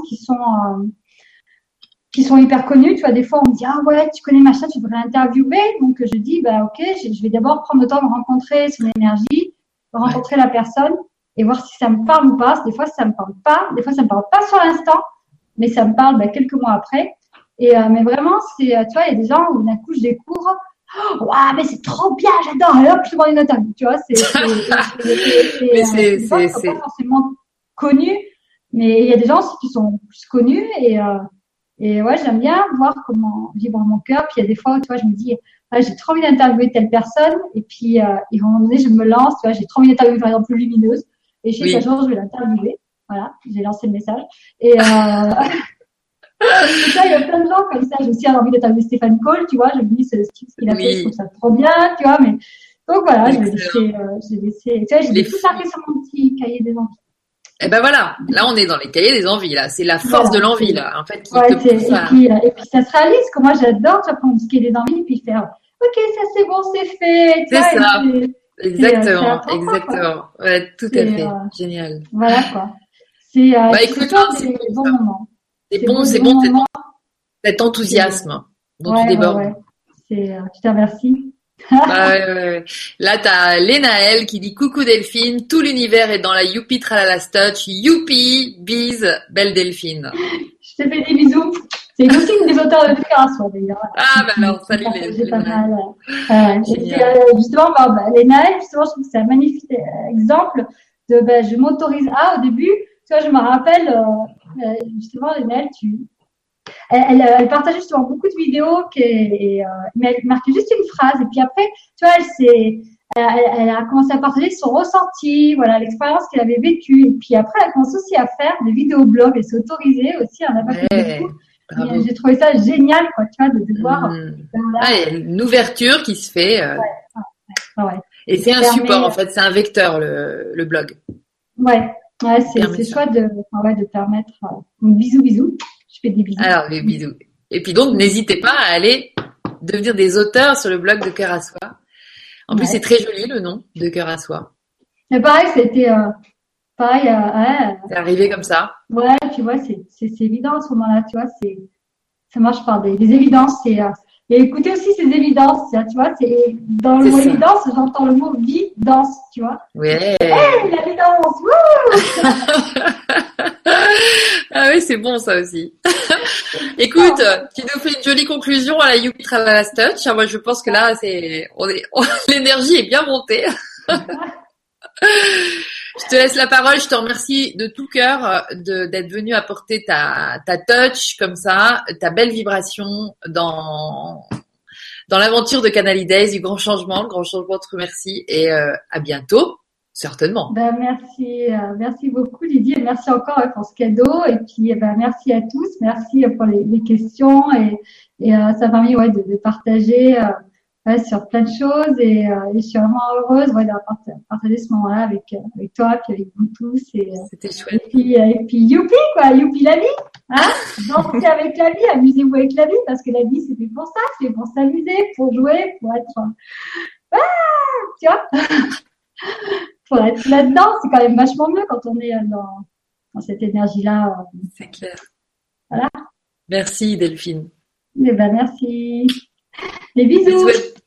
qui sont hyper connus. Tu vois, des fois, on me dit, ah ouais, tu connais machin, tu devrais interviewer. Donc, je dis, bah, ok, je vais d'abord prendre le temps de rencontrer son énergie, de rencontrer la personne et voir si ça me parle ou pas. Des fois, ça me parle pas. Des fois, ça me parle pas sur l'instant, mais ça me parle, quelques mois après. Mais vraiment, tu vois, il y a des gens où d'un coup, je découvre, waouh, mais c'est trop bien, j'adore. Alors, je demande une interview. Tu vois, des gens qui sont pas forcément connus, mais il y a des gens aussi qui sont plus connus et ouais, j'aime bien voir comment vibre mon cœur. Puis il y a des fois où, tu vois, je me dis, j'ai trop envie d'interviewer telle personne. Et puis, à un moment donné, je me lance, tu vois, j'ai trop envie d'interviewer, par exemple, Lumineuse. Et je sais qu'un jour, je vais l'interviewer. Voilà, j'ai lancé le message. Et ça, il y a plein de gens comme ça. J'ai aussi envie d'interviewer Stéphane Cole, tu vois. Je me dis, ce qu'il a fait, je trouve ça trop bien, tu vois. Mais, donc voilà, j'ai laissé, tu vois, j'ai tout marqué sur mon petit cahier des envies. Et ben voilà, là on est dans les cahiers des envies là, c'est la force de l'envie là, en fait qui te pousse à. Et puis ça se réalise, que moi j'adore, tu vois, prendre ce cahier des envies et puis faire, ok, ça c'est bon, c'est fait, tu vois. C'est ça, exactement, C'est exactement, ouais, tout à fait, génial. Voilà quoi. Écoute, c'est bons moments. C'est bon cet enthousiasme dont tu débordes. Je te remercie. Ouais. Là, t'as Lénaël qui dit coucou Delphine, tout l'univers est dans la youpi tralala touch, youpi, bise, belle Delphine. Je te fais des bisous. C'est aussi une des auteurs de Cœur à Soi d'ailleurs. Ah, bah alors, salut les pas mal. Justement, Lénaël, justement, je trouve que c'est un magnifique exemple de, je m'autorise au début, tu vois, je me rappelle, justement, Lénaël, elle partageait justement beaucoup de vidéos mais elle marquait juste une phrase et puis après, tu vois, elle a commencé à partager son ressenti, voilà, l'expérience qu'elle avait vécue et puis après, elle a commencé aussi à faire des vidéoblogs, elle s'est autorisée aussi à en avoir beaucoup. J'ai trouvé ça génial, quoi, tu vois, de voir. Il y a une ouverture qui se fait. Ouais. Et c'est un support, en fait, c'est un vecteur, le blog. Ouais, c'est chouette de permettre. Donc, bisous. Je fais des bisous. Alors, les bisous. Et puis donc, n'hésitez pas à aller devenir des auteurs sur le blog de Cœur à Soi. En plus, c'est très joli le nom de Cœur à Soi. Mais pareil, c'était pareil. C'est arrivé comme ça. Ouais, tu vois, c'est évident à ce moment-là, tu vois, ça marche par des évidences. Et écoutez aussi ces évidences, tu vois, c'est dans le mot évidence, j'entends le mot vie, danse, tu vois. Ouais. Hey, l'évidence, wouh. Ah oui, c'est bon ça aussi. Écoute, tu nous fais une jolie conclusion à la Youpi Tralala Touch. Moi, je pense que là, l'énergie est bien montée. Je te laisse la parole. Je te remercie de tout cœur d'être venu apporter ta touch comme ça, ta belle vibration dans l'aventure de Canali Days, du grand changement. Le grand changement te remercie et à bientôt, certainement. Merci beaucoup Lydie et merci encore pour ce cadeau et puis merci à tous, merci pour les questions et ça m'a permis de partager sur plein de choses et je suis vraiment heureuse d'avoir partagé ce moment-là avec toi puis avec vous tous c'était chouette. Et puis youpi la vie, hein, dansez avec la vie, amusez-vous avec la vie parce que la vie c'est fait pour ça, c'est pour s'amuser, pour jouer, pour être tu vois, pour être là-dedans, c'est quand même vachement mieux quand on est dans cette énergie-là. C'est clair. Voilà. Merci Delphine. Eh ben, merci. Des bisous. Bisous.